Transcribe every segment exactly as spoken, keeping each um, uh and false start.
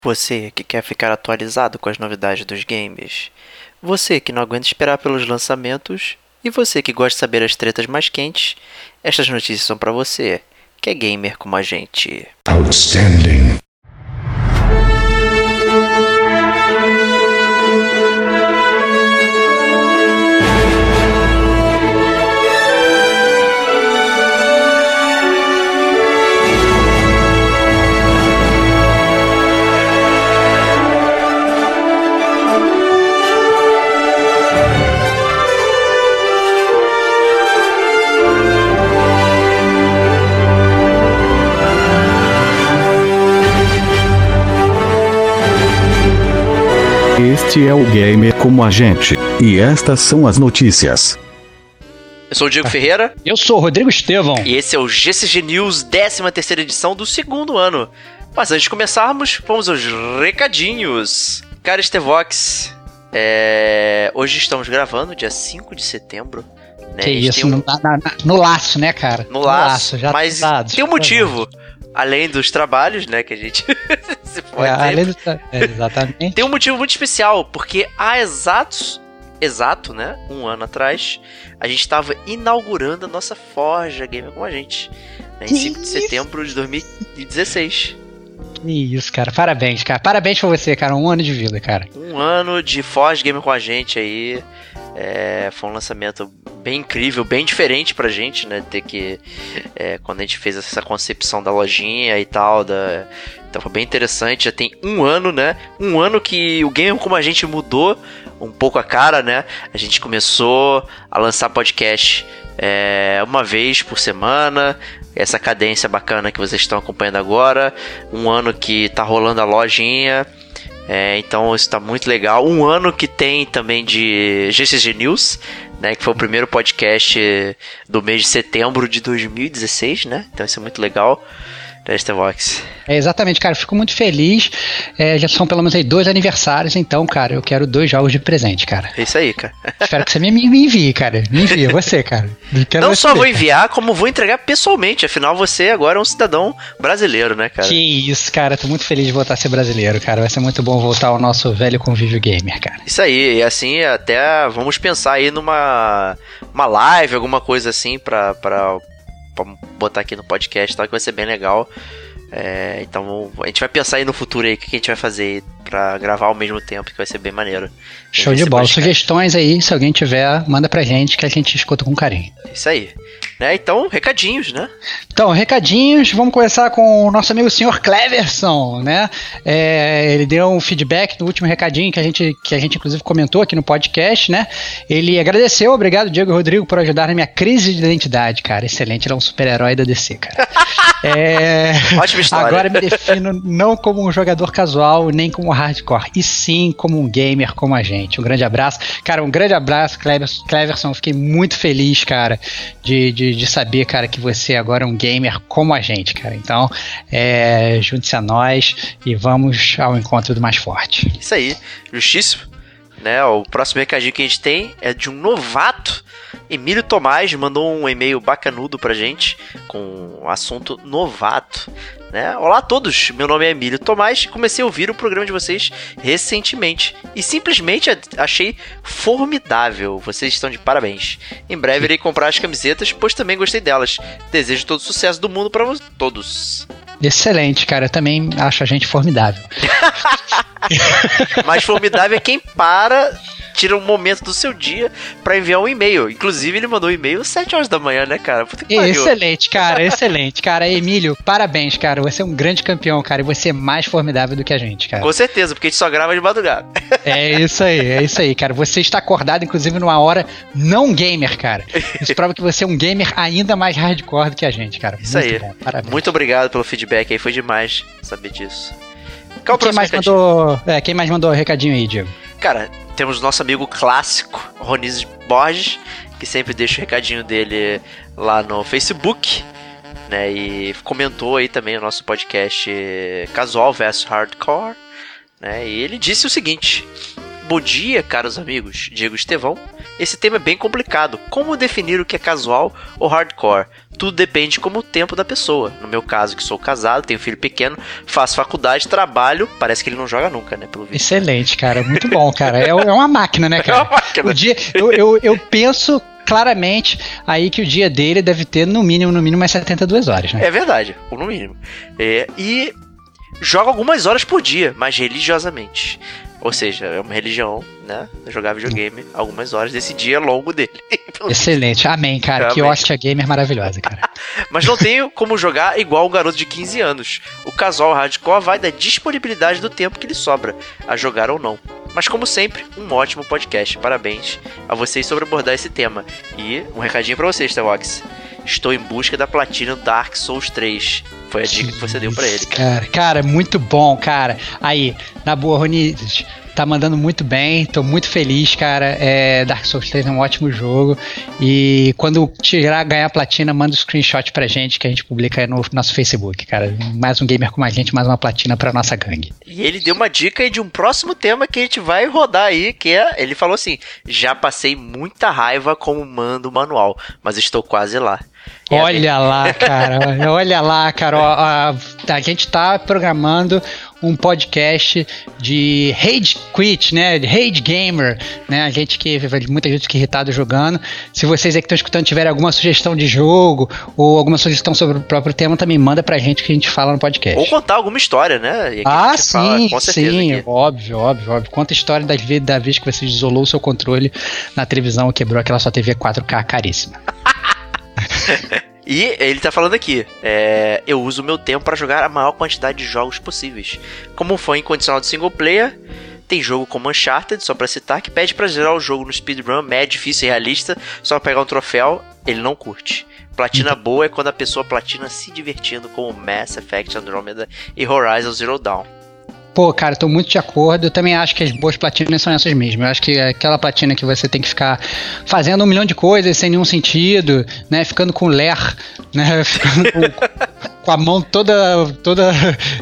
Você que quer ficar atualizado com as novidades dos games. Você que não aguenta esperar pelos lançamentos. E você que gosta de saber as tretas mais quentes. Estas notícias são pra você, que é gamer como a gente. Outstanding. Este é o Gamer como a gente, e estas são as notícias. Eu sou o Diego Ferreira. Eu sou o Rodrigo Estevão. E esse é o G C G News, décima terceira edição do segundo ano. Mas antes de começarmos, vamos aos recadinhos. Cara Estevox, é... hoje estamos gravando, dia cinco de setembro. Né? Que isso, um... no, na, na, no laço, né, cara? No, no laço, laço já mas tá tem um motivo. Além dos trabalhos, né, que a gente se pode é, além do tra... é, exatamente. Tem um motivo muito especial, porque há exatos, exato, né, um ano atrás, a gente estava inaugurando a nossa Forja Gamer com a gente, né, em cinco de setembro de dois mil e dezesseis. Que isso, cara, parabéns, cara, parabéns pra você, cara, um ano de vida, cara. Um ano de Forja Gamer com a gente aí. É, foi um lançamento bem incrível, bem diferente pra gente, né? Ter que. É, quando a gente fez essa concepção da lojinha e tal. Da, então foi bem interessante. Já tem um ano, né? Um ano que o Gamer como a gente mudou um pouco a cara, né? A gente começou a lançar podcast é, uma vez por semana. Essa cadência bacana que vocês estão acompanhando agora. Um ano que tá rolando a lojinha. É, então isso tá muito legal. Um ano que tem também de G C G News, né, que foi o primeiro podcast do mês de setembro de dois mil e dezesseis, né? Então isso é muito legal. Vox. É, exatamente, cara, fico muito feliz. É, já são pelo menos aí dois aniversários, então, cara, eu quero dois jogos de presente, cara. É isso aí, cara. Espero que você me, me envie, cara. Me envie, você, cara. Quero Não só saber, vou enviar, cara, como vou entregar pessoalmente. Afinal, você agora é um cidadão brasileiro, né, cara? Que isso, cara. Tô muito feliz de voltar a ser brasileiro, cara. Vai ser muito bom voltar ao nosso velho convívio gamer, cara. Isso aí, e assim, até vamos pensar aí numa uma live, alguma coisa assim, pra... pra pra botar aqui no podcast, tal, que vai ser bem legal. É, então a gente vai pensar aí no futuro aí o que a gente vai fazer pra gravar ao mesmo tempo, que vai ser bem maneiro. Show de bola. Sugestões aí, se alguém tiver, manda pra gente que a gente escuta com carinho. Isso aí. Né? Então, recadinhos, né? Então, recadinhos, vamos começar com o nosso amigo senhor Cleverson, né? É, ele deu um feedback no último recadinho que a, gente, que a gente inclusive comentou aqui no podcast, né? Ele agradeceu, obrigado Diego e Rodrigo por ajudar na minha crise de identidade, cara. Excelente, ele é um super-herói da D C, cara. É, ótima história. Agora me defino não como um jogador casual, nem como hardcore, e sim como um gamer como a gente. Um grande abraço. Cara, um grande abraço, Cleverson. Cleverson, fiquei muito feliz, cara, de, de, de saber, cara, que você agora é um gamer como a gente, cara. Então, é, junte-se a nós e vamos ao encontro do mais forte. Isso aí, justíssimo. Né, o próximo recadinho que a gente tem é de um novato. Emílio Tomás mandou um e-mail bacanudo pra gente com o assunto novato, né? Olá a todos, meu nome é Emílio Tomás, comecei a ouvir o programa de vocês recentemente e simplesmente achei formidável, vocês estão de parabéns. Em breve irei comprar as camisetas, pois também gostei delas. Desejo todo o sucesso do mundo pra todos. Excelente, cara, eu também acho a gente formidável. Mas formidável é quem para, tira um momento do seu dia pra enviar um e-mail. Inclusive, ele mandou um e-mail às sete horas da manhã, né, cara? Puta que pariu. Excelente, cara, excelente. Cara, Emílio, parabéns, cara. Você é um grande campeão, cara. E você é mais formidável do que a gente, cara. Com certeza, porque a gente só grava de madrugada. É isso aí, é isso aí, cara. Você está acordado, inclusive, numa hora não gamer, cara. Isso prova que você é um gamer ainda mais hardcore do que a gente, cara. Isso muito aí. Bom, parabéns. Muito obrigado pelo feedback aí, foi demais saber disso. Qual quem, mais mandou, é, quem mais mandou recadinho aí, Diego? Cara, temos nosso amigo clássico, Ronizes Borges, que sempre deixa o recadinho dele lá no Facebook, né? E comentou aí também o nosso podcast Casual versus Hardcore, né? E ele disse o seguinte: bom dia, caros amigos, Diego Estevão. Esse tema é bem complicado. Como definir o que é casual ou hardcore? tudo depende como o tempo da pessoa. No meu caso, que sou casado, tenho filho pequeno, faço faculdade, trabalho, parece que ele não joga nunca, né? Pelo visto. Excelente, cara, muito bom, cara. É, é uma máquina, né, cara? É uma máquina. O dia, eu, eu, eu penso claramente aí que o dia dele deve ter no mínimo, no mínimo, mais setenta e duas horas, né? É verdade, ou no mínimo. É, e joga algumas horas por dia, mas religiosamente. Ou seja, é uma religião, né? Jogar videogame algumas horas desse dia longo dele. Excelente, amém, cara. Amém. Que hóstia gamer maravilhosa, cara. Mas não tenho como jogar igual um garoto de quinze anos. O casual hardcore vai da disponibilidade do tempo que lhe sobra, a jogar ou não. Mas como sempre, um ótimo podcast. Parabéns a vocês sobre abordar esse tema. E um recadinho pra vocês, Tawox. Estou em busca da platina do Dark Souls três. Foi a dica que você deu pra ele. Cara, cara, muito bom, cara. Aí, na boa, Rony, tá mandando muito bem, tô muito feliz, cara. É, Dark Souls três é um ótimo jogo. E quando tirar, ganhar a platina, manda um screenshot pra gente que a gente publica aí no nosso Facebook, cara. Mais um gamer como a gente, mais uma platina pra nossa gangue. E ele deu uma dica aí de um próximo tema que a gente vai rodar aí, que é, ele falou assim, já passei muita raiva como manda o manual, mas estou quase lá. É olha lá, cara, olha lá, cara, ó, a, a gente tá programando um podcast de Rage Quit, né, de Rage Gamer, né, a gente que, muita gente que irritado jogando. Se vocês aí que estão escutando tiverem alguma sugestão de jogo ou alguma sugestão sobre o próprio tema, também manda pra gente que a gente fala no podcast. Ou contar alguma história, né? E ah, sim, fala, com sim, aqui. óbvio, óbvio, óbvio. Conta a história da, da vez que você isolou o seu controle na televisão e quebrou aquela sua T V quatro K caríssima. E ele tá falando aqui, é, eu uso o meu tempo pra jogar a maior quantidade de jogos possíveis. Como um fã incondicional de single player, tem jogo como Uncharted, só pra citar, que pede pra zerar o jogo no speedrun, médio, difícil e realista, só pra pegar um troféu, ele não curte. Platina Então. boa é quando a pessoa platina se divertindo como Mass Effect Andromeda e Horizon Zero Dawn. Pô, cara, tô muito de acordo. Eu também acho que as boas platinas são essas mesmo. Eu acho que aquela platina que você tem que ficar fazendo um milhão de coisas sem nenhum sentido, né? Ficando com ler, né? Ficando com, com a mão toda, toda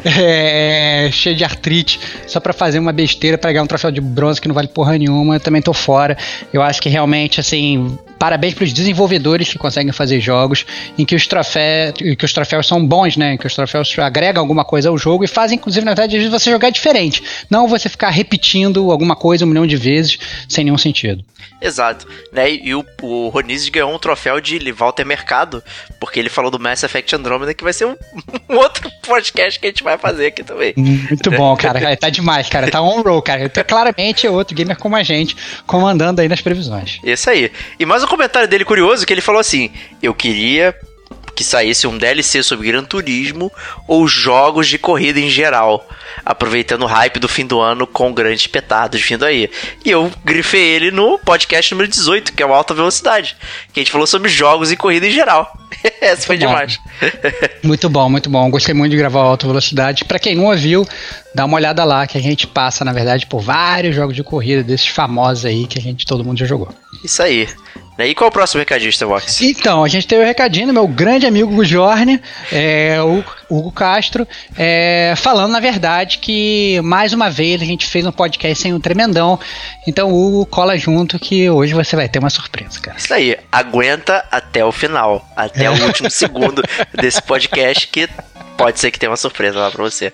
é, cheia de artrite, só pra fazer uma besteira, pra ganhar um troféu de bronze que não vale porra nenhuma. Eu também tô fora. Eu acho que realmente, assim, parabéns pros desenvolvedores que conseguem fazer jogos em que os troféus, que os troféus são bons, né? Em que os troféus agregam alguma coisa ao jogo e fazem, inclusive, na verdade, você jogar diferente. Não você ficar repetindo alguma coisa um milhão de vezes sem nenhum sentido. Exato. Né? E o, o Ronizzi ganhou um troféu de Walter Mercado, porque ele falou do Mass Effect Andromeda, que vai ser um, um outro podcast que a gente vai fazer aqui também. Muito bom, cara. Tá demais, cara. Tá on roll, cara. Então, claramente é outro gamer como a gente, comandando aí nas previsões. Isso aí. E mais um comentário dele curioso, que ele falou assim, eu queria que saísse um D L C sobre Gran Turismo ou jogos de corrida em geral, aproveitando o hype do fim do ano com grandes petardos vindo aí. E eu grifei ele no podcast número dezoito, que é o Alta Velocidade, que a gente falou sobre jogos e corrida em geral. Essa foi demais. Muito bom, muito bom. Gostei muito de gravar o Alta Velocidade. Pra quem não ouviu, dá uma olhada lá, que a gente passa, na verdade, por vários jogos de corrida desses famosos aí que a gente, todo mundo já jogou. Isso aí. E qual é o próximo recadista, Vox? Então, a gente teve o um recadinho do meu grande amigo Gujorne, é, o Hugo Castro, é, falando, na verdade, que mais uma vez a gente fez um podcast sem um tremendão. Então, Hugo, cola junto que hoje você vai ter uma surpresa, cara. Isso aí, aguenta até o final, até é. o último segundo desse podcast, que pode ser que tenha uma surpresa lá pra você.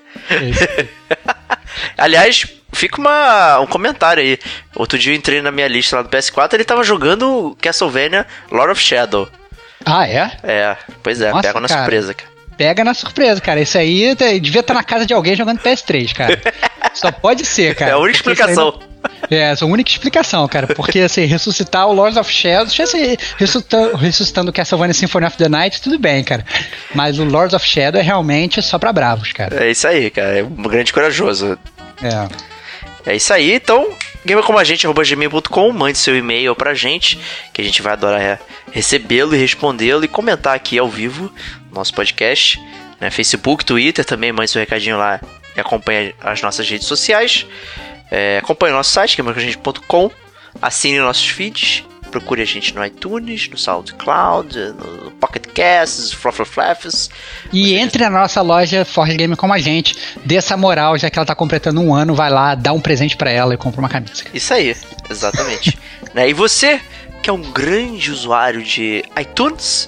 Aliás, fica uma, um comentário aí. Outro dia eu entrei na minha lista lá do P S quatro, ele tava jogando Castlevania Lord of Shadow. Ah, é? É, pois é, Nossa, pega na cara. surpresa, cara. Pega na surpresa, cara. Isso aí devia estar na casa de alguém jogando P S três, cara. Só pode ser, cara. É a única explicação. É, essa é a única explicação, cara. Porque, assim, ressuscitar o Lords of Shadow, se ressuscitando, ressuscitando o Castlevania Symphony of the Night, tudo bem, cara. Mas o Lords of Shadow é realmente só pra bravos, cara. É isso aí, cara. É um grande corajoso. É. É isso aí, então, gamercomagente arroba gmail ponto com, mande seu e-mail pra gente, que a gente vai adorar recebê-lo e respondê-lo e comentar aqui ao vivo no nosso podcast, né? Facebook, Twitter também, mande seu recadinho lá e acompanhe as nossas redes sociais. É, acompanhe o nosso site, gamercomagente ponto com, assine nossos feeds, procure a gente no iTunes, no SoundCloud, no Pocket Casts, Fluffleflaffs. E entre na nossa loja Forge Game como a gente, dê essa moral, já que ela tá completando um ano, vai lá, dá um presente pra ela e compra uma camisa. Isso aí, exatamente. Né? E você, que é um grande usuário de iTunes,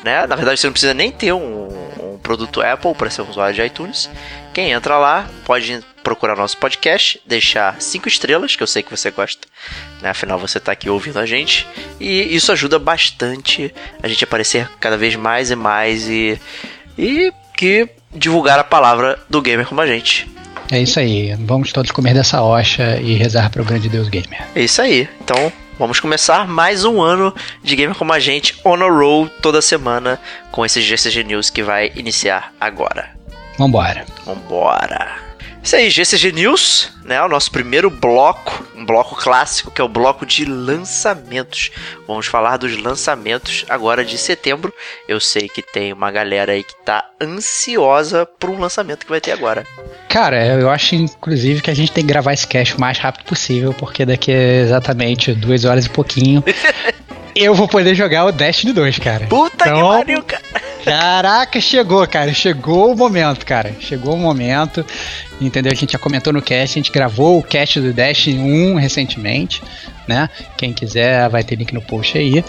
né? Na verdade, você não precisa nem ter um, um produto Apple para ser um usuário de iTunes. Quem entra lá pode procurar nosso podcast, deixar cinco estrelas, que eu sei que você gosta, né? Afinal, você está aqui ouvindo a gente. E isso ajuda bastante a gente aparecer cada vez mais e mais e, e que divulgar a palavra do gamer como a gente. É isso aí. Vamos todos comer dessa hoxa e rezar para o grande Deus gamer. É isso aí. Então, vamos começar mais um ano de gamer como a gente on a roll toda semana com esse G C G News que vai iniciar agora. Vambora. Vambora. Isso aí, G C G News, né? O nosso primeiro bloco, um bloco clássico, que é o bloco de lançamentos. Vamos falar dos lançamentos agora de setembro. Eu sei que tem uma galera aí que tá ansiosa por um lançamento que vai ter agora. Cara, eu acho inclusive que a gente tem que gravar esse cast o mais rápido possível, porque daqui a exatamente duas horas e pouquinho eu vou poder jogar o Destiny dois, cara. Puta então, que pariu, cara. Caraca, chegou, cara. Chegou o momento, cara. Chegou o momento. Entendeu? A gente já comentou no cast, a gente gravou o cast do Destiny um recentemente, né? Quem quiser vai ter link no post aí.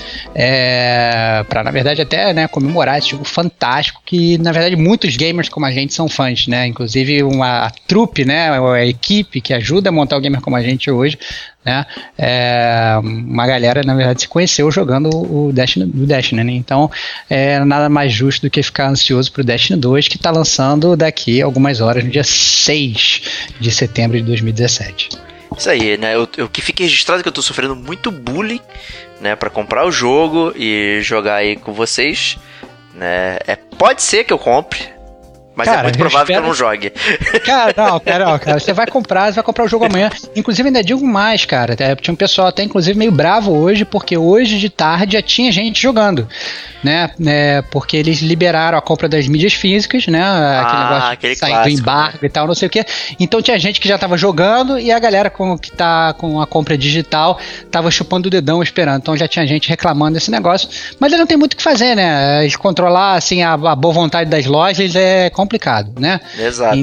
É, pra, na verdade, até, né, comemorar esse jogo fantástico que, na verdade, muitos gamers como a gente são fãs, né? Inclusive uma a trupe, né? A equipe que ajuda a montar o gamer como a gente hoje, né? É, uma galera, na verdade, se conheceu jogando o Destiny, o Destiny, né? Então, é nada mais justo do que ficar ansioso pro Destiny dois, que tá lançando daqui a algumas horas, no dia seis de setembro de dois mil e dezessete. Isso aí, né? Eu, eu que fiquei registrado que eu tô sofrendo muito bullying, né? Pra comprar o jogo e jogar aí com vocês, né? É, pode ser que eu compre, mas cara, é muito provável espero... que eu não jogue. Cara, não, cara, não, cara, você vai comprar, você vai comprar o jogo amanhã. Inclusive, ainda digo mais, cara. Tinha um pessoal até, inclusive, meio bravo hoje, porque hoje de tarde já tinha gente jogando, né? É, porque eles liberaram a compra das mídias físicas, né? Aquele ah, negócio aquele saindo clássico, do embargo, né? E tal, não sei o quê. Então tinha gente que já tava jogando e a galera com, que tá com a compra digital tava chupando o dedão esperando. Então já tinha gente reclamando desse negócio. Mas ele não tem muito o que fazer, né? Controlar, assim, a, a boa vontade das lojas é complicado, né? Exato.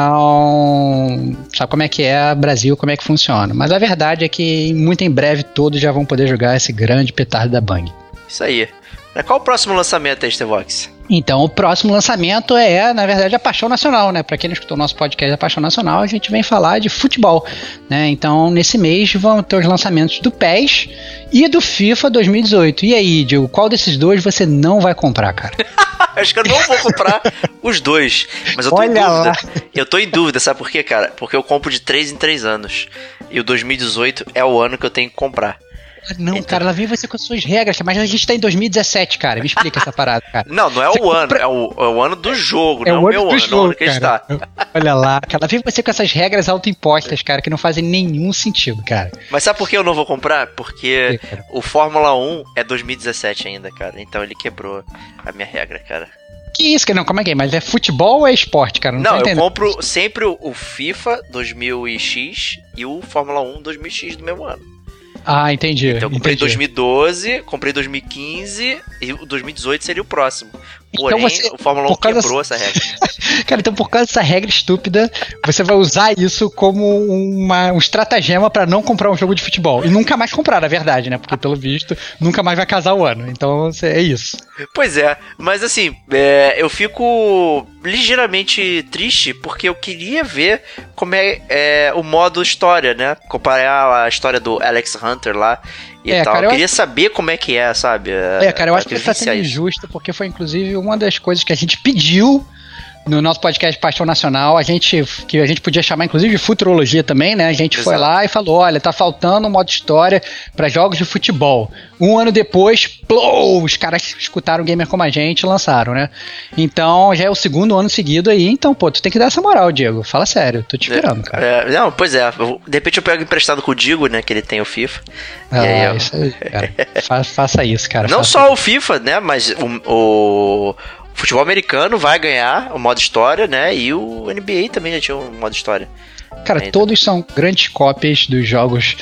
Então, é. Sabe como é que é Brasil, como é que funciona. Mas a verdade é que muito em breve todos já vão poder jogar esse grande petardo da Bang. Isso aí. Qual o próximo lançamento aí, Stevox? Então, o próximo lançamento é, na verdade, a Paixão Nacional, né? Pra quem não escutou o nosso podcast da Paixão Nacional, a gente vem falar de futebol, né? Então, nesse mês vão ter os lançamentos do P E S e do FIFA dois mil e dezoito. E aí, Diego, qual desses dois você não vai comprar, cara? Acho que eu não vou comprar os dois, mas eu tô Olha em dúvida. Lá. Eu tô em dúvida, sabe por quê, cara? Porque eu compro de três em três anos. E o dois mil e dezoito é o ano que eu tenho que comprar. Não, então... cara, lá vem você com as suas regras, mas a gente tá em dois mil e dezessete, cara. Me explica essa parada, cara. Não, não é você o ano, compra... é, o, é o ano do jogo, é não é o meu do ano, jogo, não é o ano que a gente tá. Olha lá, cara, lá vem você com essas regras autoimpostas, cara, que não fazem nenhum sentido, cara. Mas sabe por que eu não vou comprar? Porque é, o Fórmula um é dois mil e dezessete ainda, cara. Então ele quebrou a minha regra, cara. Que isso, que não, como é que é? Mas é futebol ou é esporte, cara? Não, não eu compro sempre o FIFA dois mil X e o Fórmula um dois mil X do mesmo ano. Ah, entendi. Então eu comprei entendi. dois mil e doze, comprei dois mil e quinze e o dois mil e dezoito seria o próximo. Porém, então você, o Fórmula um quebrou essa regra. Cara, então por causa dessa regra estúpida, você vai usar isso como uma, um estratagema pra não comprar um jogo de futebol. E nunca mais comprar, na verdade, né? Porque, pelo visto, nunca mais vai casar o ano. Então, é isso. Pois é, mas assim, é, eu fico ligeiramente triste porque eu queria ver como é, é o modo história, né? Comparar a história do Alex Hunter lá e é, tal. Cara, eu eu queria acho... saber como é que é, sabe? É, cara, eu acho que isso tá sendo injusto, porque foi inclusive uma das coisas que a gente pediu no nosso podcast Paixão Nacional, a gente, que a gente podia chamar inclusive de futurologia também, né? A gente Exato. Foi lá e falou, olha, tá faltando um modo história para jogos de futebol. Um ano depois, plou, os caras escutaram o Gamer Como a Gente e lançaram, né? Então, já é o segundo ano seguido aí, então, pô, tu tem que dar essa moral, Diego. Fala sério, tô te esperando, é, cara. É, não, pois é, de repente eu pego emprestado com o Digo, né, que ele tem o FIFA. Ah, e aí eu... isso aí, cara. Fa- faça isso, cara. Não faça só isso. o FIFA, né, mas o... o... O futebol americano vai ganhar o modo história, né? E o N B A também já tinha um modo história. Cara, Ainda. Todos são grandes cópias dos jogos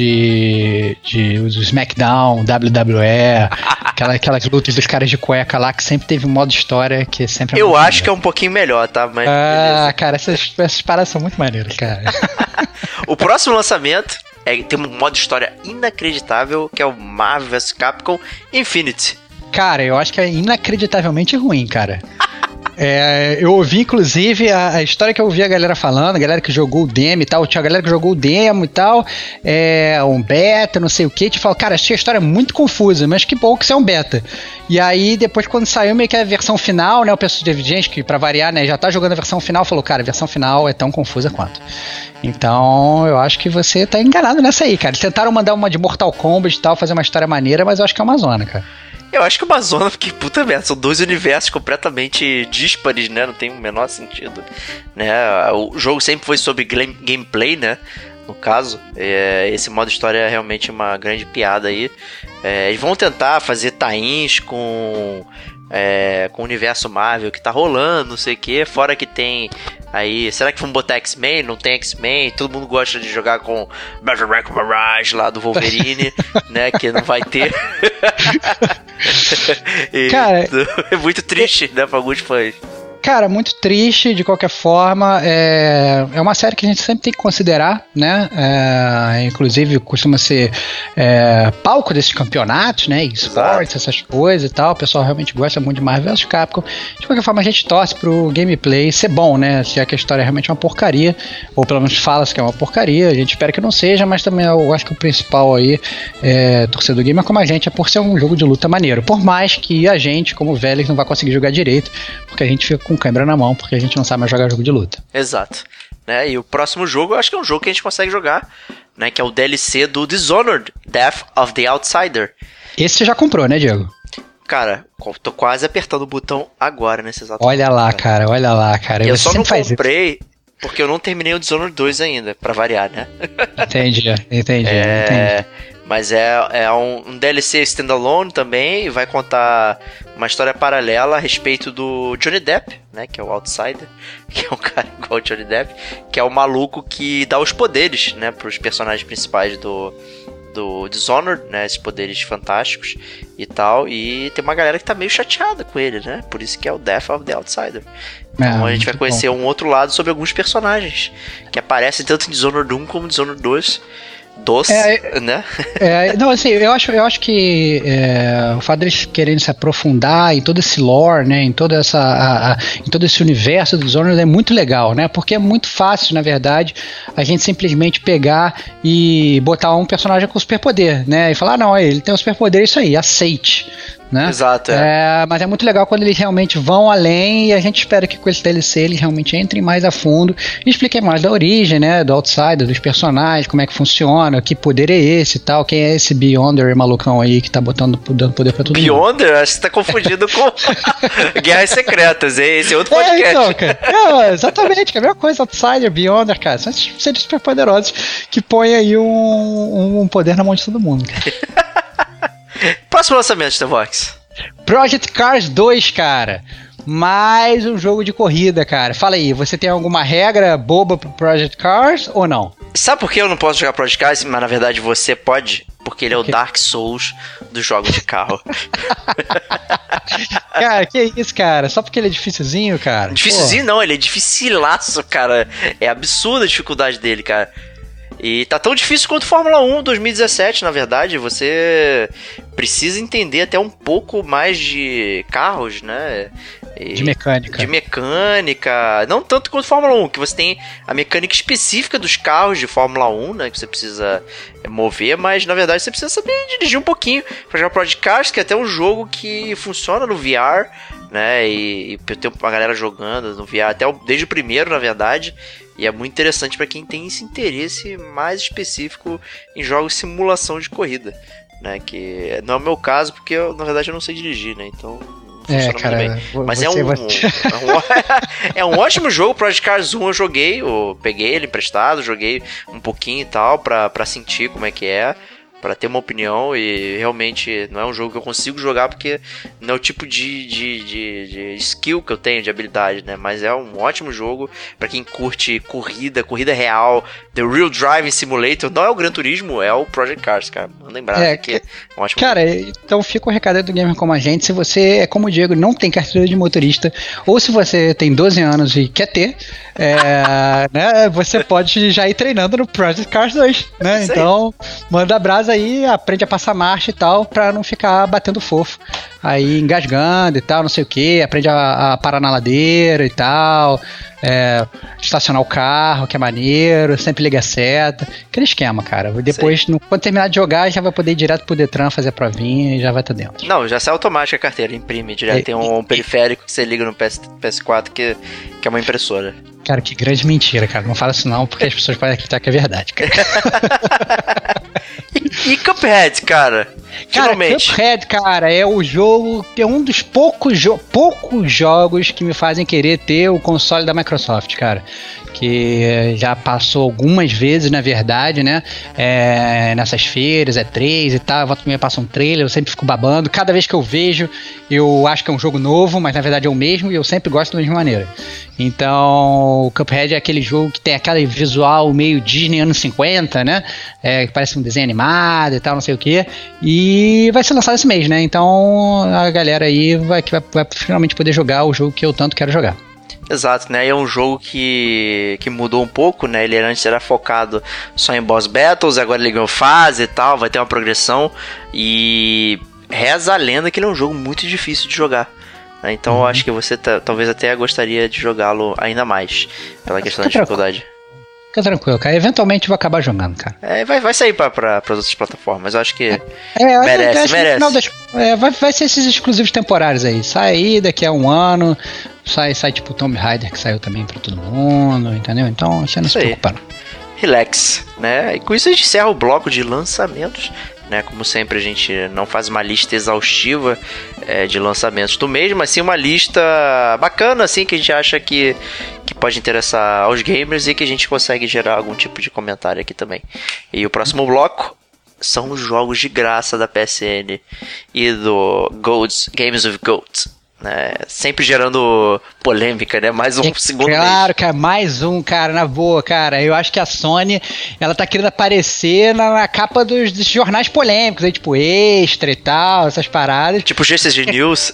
de, de do SmackDown, W W E, aquela, aquelas lutas dos caras de cueca lá, que sempre teve um modo história que sempre é Eu acho maneiro. que é um pouquinho melhor, tá? Mas ah, beleza. Cara, essas, essas paradas são muito maneiras, cara. O próximo lançamento é, tem um modo história inacreditável, que é o Marvel versus. Capcom Infinity. Cara, eu acho que é inacreditavelmente ruim, cara. É, eu ouvi, inclusive, a, a história que eu ouvi a galera falando, a galera que jogou o demo e tal, tinha a galera que jogou o demo e tal, é, um beta, não sei o que, te falou, cara, achei a história muito confusa, mas que bom que isso é um beta. E aí, depois, quando saiu meio que a versão final, né, o pessoal de gente que, pra variar, né, já tá jogando a versão final, falou, cara, a versão final é tão confusa quanto. Então, eu acho que você tá enganado nessa aí, cara. Eles tentaram mandar uma de Mortal Kombat e tal, fazer uma história maneira, mas eu acho que é uma zona, cara. Eu acho que uma zona, porque, puta merda, são dois universos completamente díspares, né? Não tem o menor sentido, né? O jogo sempre foi sobre game, gameplay, né? No caso, é, esse modo história é realmente uma grande piada aí. É, eles vão tentar fazer tie-ins com... É, com o universo Marvel que tá rolando, não sei o que, fora que tem aí, será que vão botar X-Men? Não tem X-Men, todo mundo gosta de jogar com Berserk Barrage lá do Wolverine, né, que não vai ter. E, cara, é muito triste, né, pra alguns fãs. Cara, muito triste, de qualquer forma, é, é uma série que a gente sempre tem que considerar, né, é, inclusive costuma ser é, palco desses campeonatos, né, esportes, essas coisas e tal, o pessoal realmente gosta muito de Marvel versus. Capcom, de qualquer forma a gente torce pro gameplay ser bom, né, se é que a história é realmente uma porcaria, ou pelo menos fala-se que é uma porcaria, a gente espera que não seja, mas também eu acho que o principal aí, é, torcedor gamer como a gente, é por ser um jogo de luta maneiro, por mais que a gente, como velhos, não vai conseguir jogar direito, porque a gente fica com câmera na mão, porque a gente não sabe mais jogar jogo de luta. Exato. Né? E o próximo jogo, eu acho que é um jogo que a gente consegue jogar, né? Que é o D L C do Dishonored, Death of the Outsider. Esse você já comprou, né, Diego? Cara, tô quase apertando o botão agora nesse exato Olha momento, lá, cara. cara, olha lá, cara. Eu Você só não comprei isso. porque eu não terminei o Dishonored dois ainda, pra variar, né? Entendi, entendi, é... entendi. Mas é, é um, um D L C standalone também, e vai contar uma história paralela a respeito do Johnny Depp, né, que é o Outsider, que é um cara igual o Johnny Depp, que é o maluco que dá os poderes, né, pros personagens principais do, do Dishonored, né, esses poderes fantásticos e tal, e tem uma galera que tá meio chateada com ele, né, por isso que é o Death of the Outsider. Então é, a gente vai conhecer bom. um outro lado sobre alguns personagens que aparecem tanto em Dishonored um como em Dishonored dois. Doce, é, né? É, não, assim, eu acho, eu acho que é, o fato deles querendo se aprofundar em todo esse lore, né, em toda essa, a, a, em todo esse universo do Dishonored é muito legal, né? Porque é muito fácil, na verdade, a gente simplesmente pegar e botar um personagem com superpoder, né? E falar, ah, não, ele tem um superpoder, isso aí, aceite. Né? Exato, é. É, mas é muito legal quando eles realmente vão além, e a gente espera que com esse D L C eles realmente entrem mais a fundo e expliquem mais da origem, né, do Outsider, dos personagens, como é que funciona, que poder é esse e tal, quem é esse Beyonder malucão aí que tá botando, dando poder pra todo Beyonder? mundo. Beyonder? Acho que você tá confundindo com Guerras Secretas, esse é outro podcast. É, então, cara, é, exatamente, que é a mesma coisa, Outsider, Beyonder, cara, são esses seres super poderosos que põem aí um, um poder na mão de todo mundo, cara. Próximo lançamento, The Vox. Project Cars dois, cara. Mais um jogo de corrida, cara. Fala aí, você tem alguma regra boba pro Project Cars ou não? Sabe por que eu não posso jogar Project Cars, mas na verdade você pode? Porque ele é o Dark Souls dos jogos de carro. Cara, que isso, cara? Só porque ele é dificilzinho, cara? Dificilzinho Pô. Não, ele é dificilaço, cara. É absurda a dificuldade dele, cara. E tá tão difícil quanto Fórmula um dois mil e dezessete, na verdade. Você precisa entender até um pouco mais de carros, né? E de mecânica. De mecânica. Não tanto quanto Fórmula um, que você tem a mecânica específica dos carros de Fórmula um, né? Que você precisa mover, mas na verdade você precisa saber dirigir um pouquinho pra jogar Project Cars, que é até um jogo que funciona no V R, né? E, e tem uma galera jogando no V R, até o, desde o primeiro, na verdade. E é muito interessante para quem tem esse interesse mais específico em jogos de simulação de corrida, né? Que não é o meu caso, porque eu, na verdade eu não sei dirigir, né? Então não é, funciona cara, muito bem. Mas você, é, um, você... é, um, é um ótimo jogo. Project Cars um eu joguei, eu peguei ele emprestado, joguei um pouquinho e tal, pra, pra sentir como é que é, pra ter uma opinião, e realmente não é um jogo que eu consigo jogar porque não é o tipo de, de, de, de skill que eu tenho, de habilidade, né? Mas é um ótimo jogo pra quem curte corrida, corrida real, The Real Driving Simulator. Não é o Gran Turismo, é o Project Cars, cara. Manda lembrar é, que é um ótimo cara, jogo. Então fica o recado do gamer como a gente. Se você é como o Diego, não tem carteira de motorista, ou se você tem doze anos e quer ter, é, né, você pode já ir treinando no Project Cars dois, né? Então, manda abraço casa aí, aprende a passar marcha e tal, pra não ficar batendo fofo. Aí engasgando e tal, não sei o que, aprende a, a parar na ladeira e tal, é, estacionar o carro, que é maneiro, sempre liga a seta, aquele esquema, cara. Depois, no, quando terminar de jogar, já vai poder ir direto pro Detran fazer a provinha e já vai estar dentro. Não, já sai automática a carteira, imprime direto, é, tem um, um periférico que você liga no P S, P S quatro que, que é uma impressora. Cara, que grande mentira, cara, não fala isso não, porque as pessoas podem acreditar que é verdade, cara. e, e Cuphead, cara? Cara, Finalmente. Cuphead, cara, é o jogo, é um dos poucos, jo- poucos jogos que me fazem querer ter o console da Microsoft, cara. Que já passou algumas vezes, na verdade, né? É, nessas feiras, é três e tal, volta e meia passa um trailer, eu sempre fico babando. Cada vez que eu vejo, eu acho que é um jogo novo, mas na verdade é o mesmo e eu sempre gosto da mesma maneira. Então, o Cuphead é aquele jogo que tem aquele visual meio Disney anos cinquenta, né? É, que parece um desenho animado e tal, não sei o quê. E vai ser lançado esse mês, né? Então, a galera aí vai, vai, vai finalmente poder jogar o jogo que eu tanto quero jogar. Exato, né? E é um jogo que, que mudou um pouco, né? Ele antes era focado só em boss battles, agora ele ganhou fase e tal, vai ter uma progressão. E reza a lenda que ele é um jogo muito difícil de jogar, né? Então uhum. eu acho que você tá, talvez até gostaria de jogá-lo ainda mais, pela questão da dificuldade. Fica tranquilo, cara. Eventualmente eu vou acabar jogando, cara. É, vai, vai sair pra, pra, pras outras plataformas. Eu acho que é, é, merece, acho merece. Que das, é, vai, vai ser esses exclusivos temporários aí. Sai aí daqui a um ano. Sai, sai tipo o Tomb Raider, que saiu também pra todo mundo, entendeu? Então você não isso se preocupa, não. Relax, né? E com isso a gente encerra o bloco de lançamentos, né? Como sempre, a gente não faz uma lista exaustiva é, de lançamentos do mês, mas sim uma lista bacana, assim, que a gente acha que, que pode interessar aos gamers e que a gente consegue gerar algum tipo de comentário aqui também. E o próximo bloco são os jogos de graça da P S N e do Gold's, Games with Gold. Né? Sempre gerando polêmica, né? Mais um é, segundo Claro, mês. cara, mais um, cara, na boa, cara. Eu acho que a Sony, ela tá querendo aparecer na, na capa dos, dos jornais polêmicos, aí, tipo Extra e tal, essas paradas. Tipo G C G News.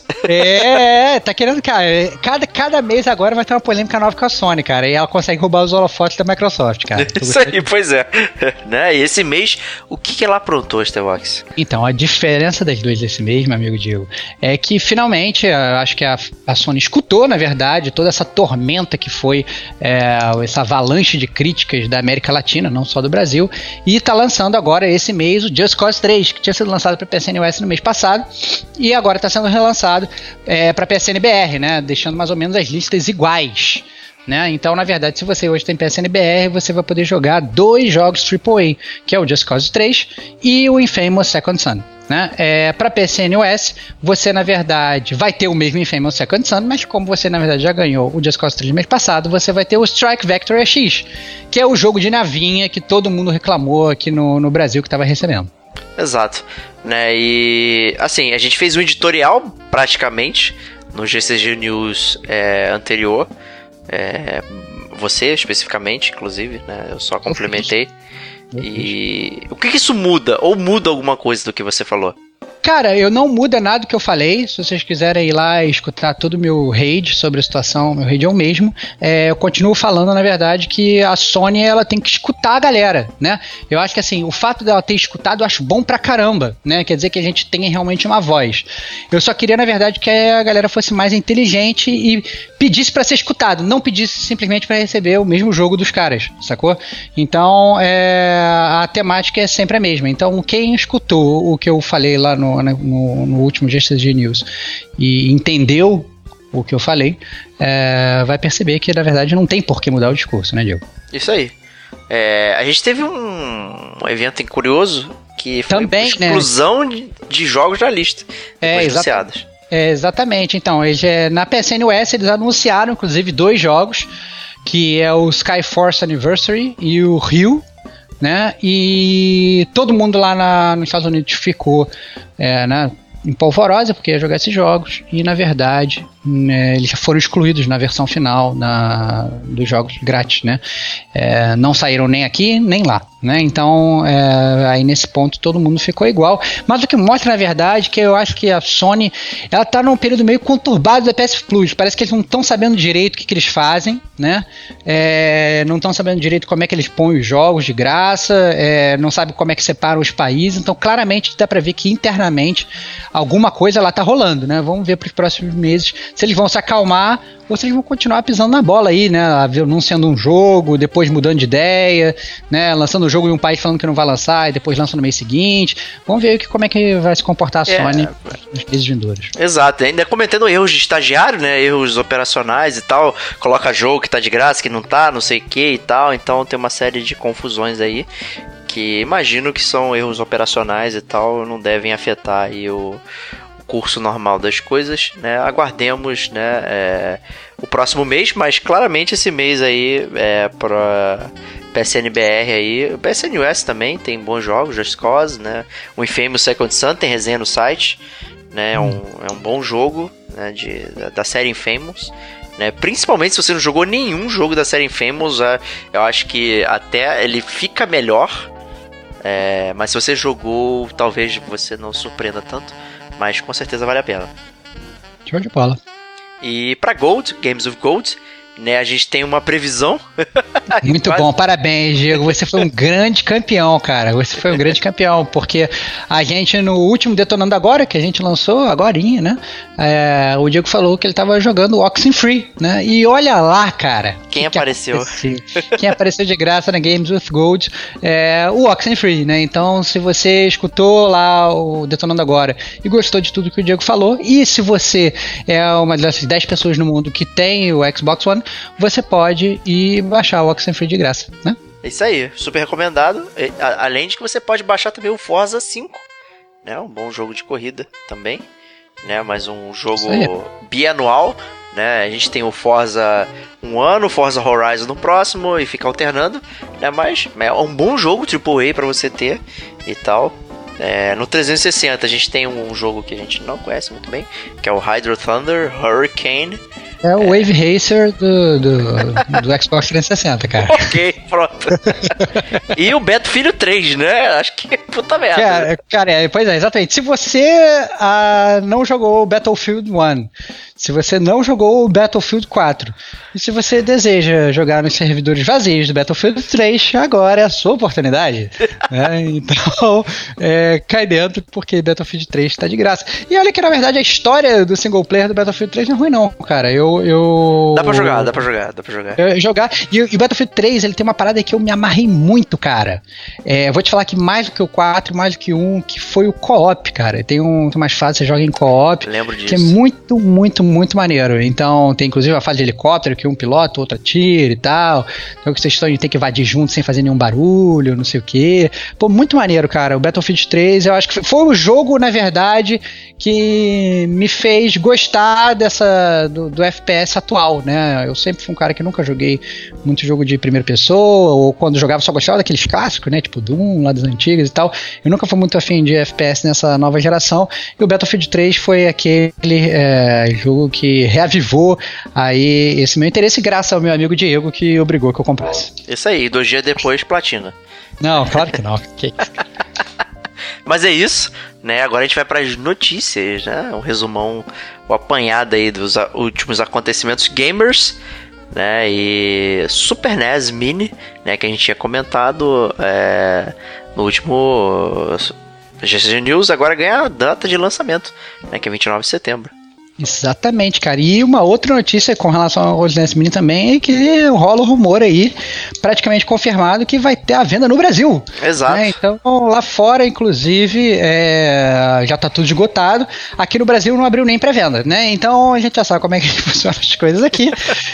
É, tá querendo, cara, cada, cada mês agora vai ter uma polêmica nova com a Sony, cara, e ela consegue roubar os holofotes da Microsoft, cara. Isso aí, pois é. Né? E esse mês, o que, que ela aprontou, Starbox? Então, a diferença das duas desse mês, meu amigo Diego, é que finalmente acho que a, a Sony escutou, na verdade, toda essa tormenta que foi é, essa avalanche de críticas da América Latina, não só do Brasil, e está lançando agora esse mês o Just Cause três, que tinha sido lançado para P S N U S no mês passado, e agora está sendo relançado é, para P S N B R, né, deixando mais ou menos as listas iguais. Né? Então, na verdade, se você hoje tem P S N B R, você vai poder jogar dois jogos triplo A, que é o Just Cause três e o Infamous Second Son. Né? É, para P S N U S, você na verdade vai ter o mesmo Infamous Second Son, mas como você na verdade já ganhou o Just Cause três no mês passado, você vai ter o Strike Vector E X, que é o jogo de navinha que todo mundo reclamou aqui no, no Brasil que estava recebendo. Exato, né? E assim, a gente fez um editorial praticamente no G C G News é, anterior. É, você especificamente, inclusive, né? Eu só complementei. E o que, que isso muda? Ou muda alguma coisa do que você falou? Cara, eu não muda nada do que eu falei. Se vocês quiserem ir lá e escutar todo o meu rage sobre a situação, meu rage é o mesmo. É, eu continuo falando, na verdade, que a Sony ela tem que escutar a galera, né? Eu acho que assim, o fato dela ter escutado eu acho bom pra caramba, né? Quer dizer que a gente tem realmente uma voz. Eu só queria, na verdade, que a galera fosse mais inteligente e pedisse pra ser escutado, não pedisse simplesmente pra receber o mesmo jogo dos caras, sacou? Então, é, a temática é sempre a mesma. Então, quem escutou o que eu falei lá no No, no último G C G News e entendeu o que eu falei, é, vai perceber que na verdade não tem por que mudar o discurso, né, Diego? Isso aí. É, a gente teve um, um evento curioso que foi Também, exclusão né? de, de jogos da lista é, anunciados. É, exatamente. Então, eles, é, na P S N U S eles anunciaram inclusive dois jogos, que é o Skyforce Anniversary e o Rio. Né? E todo mundo lá na, nos Estados Unidos ficou é, né, em polvorosa porque ia jogar esses jogos, e na verdade né, eles já foram excluídos na versão final na, dos jogos grátis, né? É, não saíram nem aqui, nem lá, né? Então, é, aí nesse ponto todo mundo ficou igual. Mas o que mostra, na verdade, que eu acho que a Sony, ela tá num período meio conturbado da P S Plus. Parece que eles não estão sabendo direito o que, que eles fazem, né? É, não estão sabendo direito como é que eles põem os jogos de graça, é, não sabe como é que separam os países. Então, claramente, dá pra ver que internamente alguma coisa lá tá rolando, né? Vamos ver pros próximos meses se eles vão se acalmar ou se eles vão continuar pisando na bola aí, né? Anunciando um jogo, depois mudando de ideia, né? Lançando o jogo em um país falando que não vai lançar e depois lança no mês seguinte. Vamos ver que, como é que vai se comportar a é, Sony nos meses vindouros. Exato, ainda cometendo erros de estagiário, né? Erros operacionais e tal. Coloca jogo que tá de graça, que não tá, não sei o que e tal. Então tem uma série de confusões aí que imagino que são erros operacionais e tal, não devem afetar aí o curso normal das coisas, né? Aguardemos, né, é, o próximo mês, mas claramente esse mês aí é para P S N B R aí, o P S N U S também tem bons jogos, Just Cause, né? O Infamous Second Son tem resenha no site, né? É um, é um bom jogo, né, de, da, da série Infamous. Né? Principalmente se você não jogou nenhum jogo da série Infamous, eu acho que até ele fica melhor. É, mas se você jogou, talvez você não surpreenda tanto, mas com certeza vale a pena. Show de bola. E pra Gold, Games of Gold, né, a gente tem uma previsão. Muito bom, parabéns, Diego. Você foi um grande campeão, cara. Você foi um grande campeão, porque a gente, no último Detonando Agora, que a gente lançou agorinha, né? É, o Diego falou que ele tava jogando Oxenfree, né? E olha lá, cara. Quem que apareceu? Que Quem apareceu de graça na Games with Gold é o Oxenfree, né? Então, se você escutou lá o Detonando Agora e gostou de tudo que o Diego falou, e se você é uma dessas dez pessoas no mundo que tem o Xbox One, você pode ir baixar o Oxenfree de graça, né? É isso aí, super recomendado. Além de que você pode baixar também o Forza cinco, né? Um bom jogo de corrida também, né? Mas um jogo bianual, né? A gente tem o Forza um ano, o Forza Horizon no próximo e fica alternando, né? Mas é um bom jogo triplo A para você ter e tal. É, no trezentos e sessenta a gente tem um jogo que a gente não conhece muito bem, que é o Hydro Thunder Hurricane. É o Wave Racer do, do, do Xbox trezentos e sessenta, cara. Ok, pronto. E o Battlefield três, né? Acho que é puta merda. Cara, cara é, pois é, exatamente. Se você ah, não jogou o Battlefield um, se você não jogou o Battlefield quatro, e se você deseja jogar nos servidores vazios do Battlefield três, agora é a sua oportunidade. Né? Então, é, cai dentro, porque Battlefield três está de graça. E olha que, na verdade, a história do single player do Battlefield três não é ruim, não, cara. Eu Eu, dá pra jogar, dá pra jogar, dá pra jogar. Eu, jogar. E, e o Battlefield três, ele tem uma parada que eu me amarrei muito, cara. É, vou te falar que mais do que o quatro, mais do que o um, que foi o co-op, cara. Tem, um, tem umas fases que você joga em co-op. Lembro disso. Que é muito, muito, muito maneiro. Então, tem inclusive a fase de helicóptero, que um pilota, o outro atira e tal. Então, que vocês estão tem que invadir junto sem fazer nenhum barulho, não sei o quê. Pô, muito maneiro, cara. O Battlefield três, eu acho que foi o jogo, na verdade, que me fez gostar dessa, do, do F P S atual, né? Eu sempre fui um cara que nunca joguei muito jogo de primeira pessoa, ou quando jogava só gostava daqueles clássicos, né? Tipo Doom, lá das antigas e tal. Eu nunca fui muito afim de F P S nessa nova geração, e o Battlefield três foi aquele é, jogo que reavivou aí esse meu interesse, graças ao meu amigo Diego, que obrigou que eu comprasse. Isso aí, dois dias depois, platina. Não, claro que não. Que isso, cara. Mas é isso, né? Agora a gente vai para as notícias, né? Um resumão, o apanhado aí dos a- últimos acontecimentos gamers, né? E Super N E S Mini, né? Que a gente tinha comentado é, no último G C G News, agora ganha a data de lançamento, né? Que é vinte e nove de setembro. Exatamente, cara. E uma outra notícia com relação ao N E S Mini também é que rola o rumor aí, praticamente confirmado, que vai ter a venda no Brasil. Exato. Né? Então, lá fora, inclusive, é, já tá tudo esgotado. Aqui no Brasil não abriu nem pré-venda, né? Então a gente já sabe como é que funcionam as coisas aqui.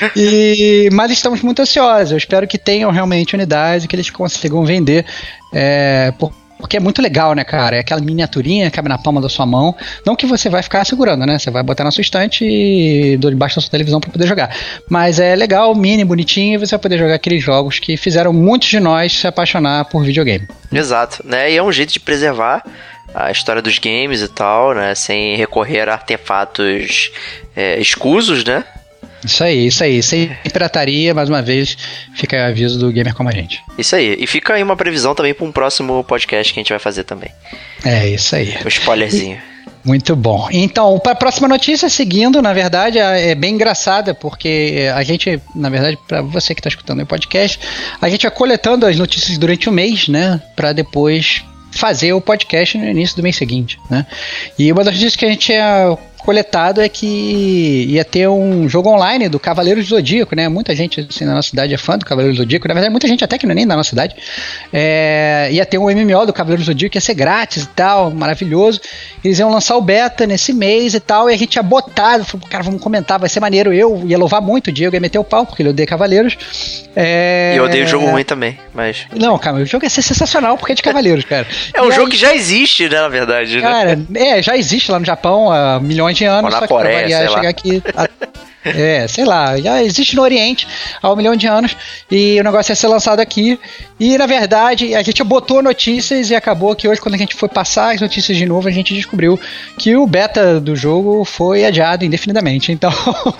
E, mas estamos muito ansiosos. Eu espero que tenham realmente unidades e que eles consigam vender é, por porque é muito legal, né, cara? É aquela miniaturinha que cabe na palma da sua mão. Não que você vai ficar segurando, né? Você vai botar na sua estante e debaixo da sua televisão para poder jogar. Mas é legal, mini, bonitinho, e você vai poder jogar aqueles jogos que fizeram muitos de nós se apaixonar por videogame. Exato, né? E é um jeito de preservar a história dos games e tal, né? Sem recorrer a artefatos é, escusos, né? Isso aí, isso aí. Sem pirataria, mais uma vez, fica o aviso do Gamer Como a Gente. Isso aí. E fica aí uma previsão também para um próximo podcast que a gente vai fazer também. É, isso aí. Um spoilerzinho. E... Muito bom. Então, para a próxima notícia, seguindo, na verdade, é bem engraçada, porque a gente, na verdade, para você que está escutando o podcast, a gente vai coletando as notícias durante o mês, né, para depois fazer o podcast no início do mês seguinte, né. E uma das notícias que a gente tinha coletado é que ia ter um jogo online do Cavaleiros do Zodíaco, né? Muita gente assim, na nossa cidade é fã do Cavaleiros do Zodíaco. Na verdade, muita gente até que não é nem da nossa cidade. É, ia ter um M M O do Cavaleiros do Zodíaco, ia ser grátis e tal, maravilhoso. Eles iam lançar o beta nesse mês e tal, e a gente tinha botado, falou, cara, vamos comentar, vai ser maneiro. Eu ia louvar muito o Diego, ia meter o pau, porque ele odeia Cavaleiros. É... E eu odeio o jogo ruim também, mas... Não, cara, o jogo ia ser sensacional, porque é de Cavaleiros, cara. É um e jogo aí... que já existe, né, na verdade. Cara, né? é, já existe lá no Japão há milhões de anos, ou na só que Coreia, pra variar, sei chegar lá. aqui... A... É, sei lá, já existe no Oriente há um milhão de anos e o negócio ia ser lançado aqui. E na verdade a gente botou notícias e acabou que hoje, quando a gente foi passar as notícias de novo, a gente descobriu que o beta do jogo foi adiado indefinidamente. Então,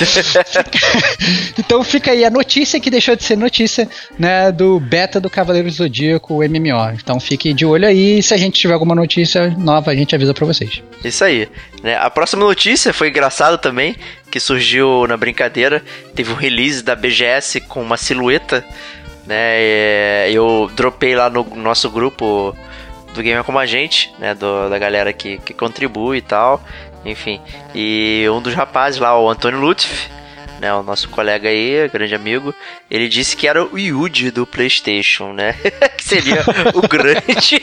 então fica aí a notícia que deixou de ser notícia, né, do beta do Cavaleiros do Zodíaco M M O. Então fique de olho aí, se a gente tiver alguma notícia nova, a gente avisa pra vocês. Isso aí, né? A próxima notícia foi engraçado também, que surgiu na brincadeira. Teve um release da B G S com uma silhueta, né? Eu dropei lá no nosso grupo do Gamer Como a Gente, né? Do, da galera que, que contribui e tal. Enfim, e um dos rapazes lá, o Antônio Lutfi, né, o nosso colega aí, grande amigo, ele disse que era o Yuji do PlayStation, né? Que seria o grande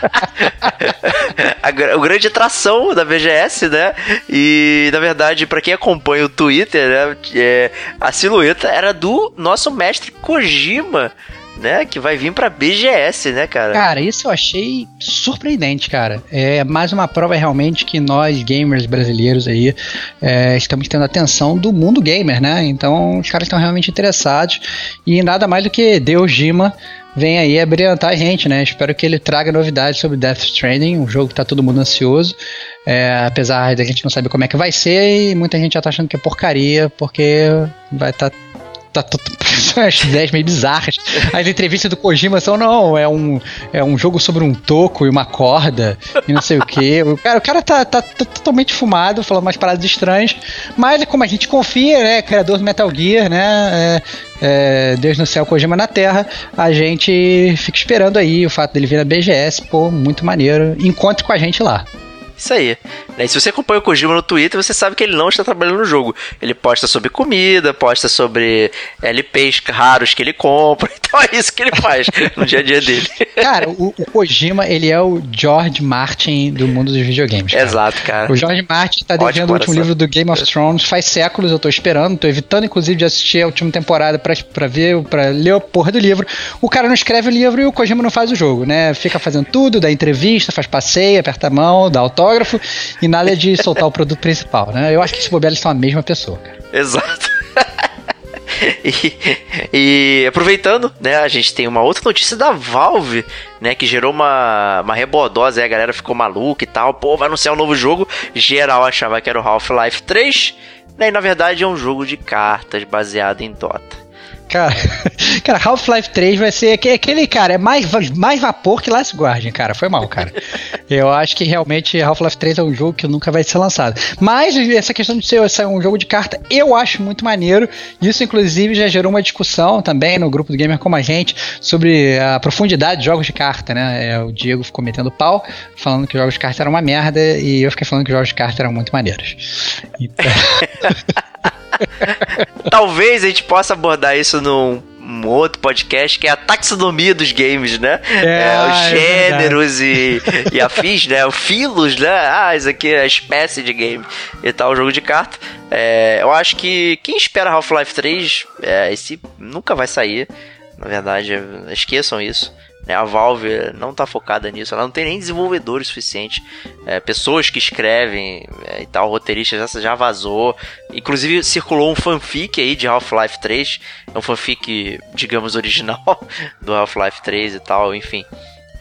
a, o grande atração da B G S, né? E na verdade, pra quem acompanha o Twitter, né, é, a silhueta era do nosso mestre Kojima, né, que vai vir pra B G S, né, cara? Cara, isso eu achei surpreendente, cara. É mais uma prova realmente que nós, gamers brasileiros aí, é, estamos tendo atenção do mundo gamer, né? Então, os caras estão realmente interessados e nada mais do que Deus Jima vem aí a brilhantar a gente, né? Espero que ele traga novidades sobre Death Stranding, um jogo que tá todo mundo ansioso, é, apesar da gente não saber como é que vai ser e muita gente já tá achando que é porcaria, porque vai estar... Tá Tá, tá, tá, as ideias meio bizarras. As entrevistas do Kojima são, não, é um, é um jogo sobre um toco e uma corda e não sei o que. O cara, o cara tá, tá, tá totalmente fumado, falando umas paradas estranhas, mas como a gente confia, né, criador do Metal Gear, né, é, é, Deus no céu, Kojima na terra, a gente fica esperando aí o fato dele vir na B G S, pô, muito maneiro. Encontre com a gente lá. Isso aí. E se você acompanha o Kojima no Twitter, você sabe que ele não está trabalhando no jogo. Ele posta sobre comida, posta sobre L Ps raros que ele compra. Então é isso que ele faz no dia a dia dele. Cara, o, o Kojima, ele é o George Martin do mundo dos videogames. Cara. Exato, cara. O George Martin tá devendo o último livro do Game of Thrones faz séculos, eu tô esperando, tô evitando inclusive de assistir a última temporada pra, pra ver, pra ler a porra do livro. O cara não escreve o livro e o Kojima não faz o jogo, né? Fica fazendo tudo, dá entrevista, faz passeio, aperta a mão, dá autógrafo e nada de soltar o produto principal, né? Eu acho que esse bobeira eles são a mesma pessoa, cara. Exato. e, e aproveitando, né, a gente tem uma outra notícia da Valve, né, que gerou uma, uma rebordose, aí a galera ficou maluca e tal, pô, vai anunciar um novo jogo, geral achava que era o Half-Life três, né, e na verdade é um jogo de cartas baseado em Dota. Cara, cara, Half-Life três vai ser aquele, cara, é mais, mais vapor que Last Guardian, cara, foi mal, cara. Eu acho que realmente Half-Life três é um jogo que nunca vai ser lançado. Mas essa questão de ser, ser um jogo de carta, eu acho muito maneiro. Isso, inclusive, já gerou uma discussão também no grupo do Gamer Como a Gente sobre a profundidade de jogos de carta, né? É, o Diego ficou metendo pau, falando que jogos de carta eram uma merda, e eu fiquei falando que jogos de carta eram muito maneiros. Então... Talvez a gente possa abordar isso num um outro podcast, que é a taxonomia dos games, né? É, é, os gêneros é e, e afins, né? O filos, né? Ah, isso aqui é a espécie de game e tal, o jogo de carta. É, eu acho que quem espera Half-Life três, é, esse nunca vai sair. Na verdade, esqueçam isso. A Valve não tá focada nisso, ela não tem nem desenvolvedores suficientes, é, pessoas que escrevem é, e tal, roteiristas já, já vazou, inclusive circulou um fanfic aí de Half-Life três, é um fanfic, digamos, original do Half-Life três e tal, enfim.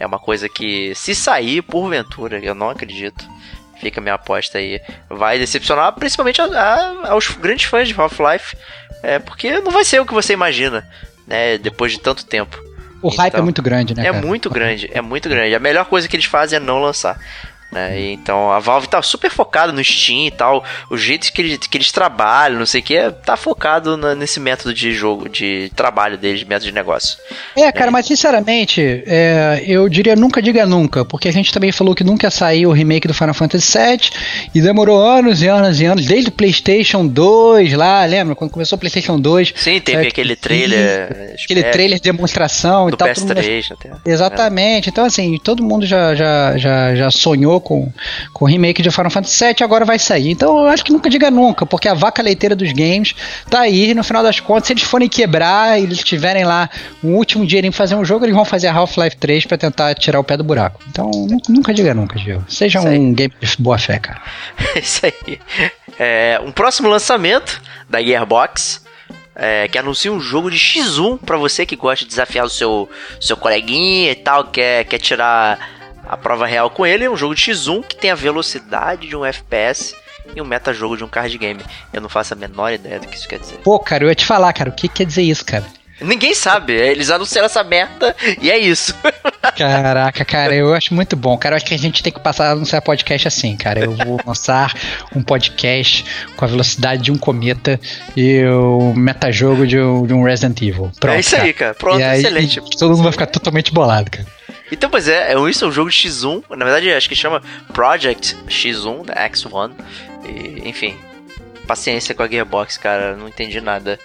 É uma coisa que, se sair, porventura, eu não acredito, fica a minha aposta aí, vai decepcionar principalmente a, a, aos grandes fãs de Half-Life, é, porque não vai ser o que você imagina, né, depois de tanto tempo. O então, hype é muito grande, né, É cara? muito grande, é muito grande. A melhor coisa que eles fazem é não lançar. Né? E então a Valve tá super focada no Steam e tal, o jeito que eles, que eles trabalham, não sei o que, tá focado na, nesse método de jogo, de trabalho deles, método de negócio. É, cara, é. mas sinceramente, é, eu diria nunca diga nunca, porque a gente também falou que nunca saiu o remake do Final Fantasy sete e demorou anos e anos e anos, desde o PlayStation dois lá, lembra? Quando começou o PlayStation dois. Sim, teve certo? aquele trailer. Aquele espero, trailer de demonstração do e tal. P S três mundo... até. Exatamente, é. Então assim, todo mundo já, já, já, já sonhou com, com o remake de Final Fantasy sete, agora vai sair. Então eu acho que nunca diga nunca, porque a vaca leiteira dos games tá aí, e no final das contas, se eles forem quebrar e eles tiverem lá um último dinheirinho pra fazer um jogo, eles vão fazer a Half-Life três pra tentar tirar o pé do buraco. Então nunca diga nunca, Gil. Seja um game de boa fé, cara. Isso aí. É, um próximo lançamento da Gearbox, É, que anuncia um jogo de xis um pra você que gosta de desafiar o seu, seu coleguinha e tal, quer, quer tirar a prova real com ele. É um jogo de xis um que tem a velocidade de um F P S e um metajogo de um card game. Eu não faço a menor ideia do que isso quer dizer. Pô, cara, eu ia te falar, cara, o que quer dizer isso, cara? Ninguém sabe, eles anunciaram essa merda e é isso. Caraca, cara, eu acho muito bom. Cara, eu acho que a gente tem que passar a anunciar podcast assim, cara. Eu vou lançar um podcast com a velocidade de um cometa e o metajogo de um, de um Resident Evil. Pronto, é isso aí, cara. Pronto, e aí, excelente. Todo mundo vai ficar totalmente bolado, cara. Então, pois é, é isso, é um jogo de xis um. Na verdade, acho que chama Project xis um, da X um. E, enfim, paciência com a Gearbox, cara, não entendi nada.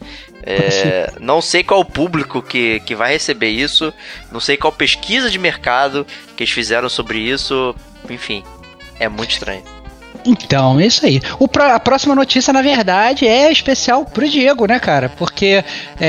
É, não sei qual o público que, que vai receber isso, não sei qual pesquisa de mercado que eles fizeram sobre isso, enfim, é muito estranho. Então, é isso aí. O, a próxima notícia, na verdade, é especial pro Diego, né, cara? Porque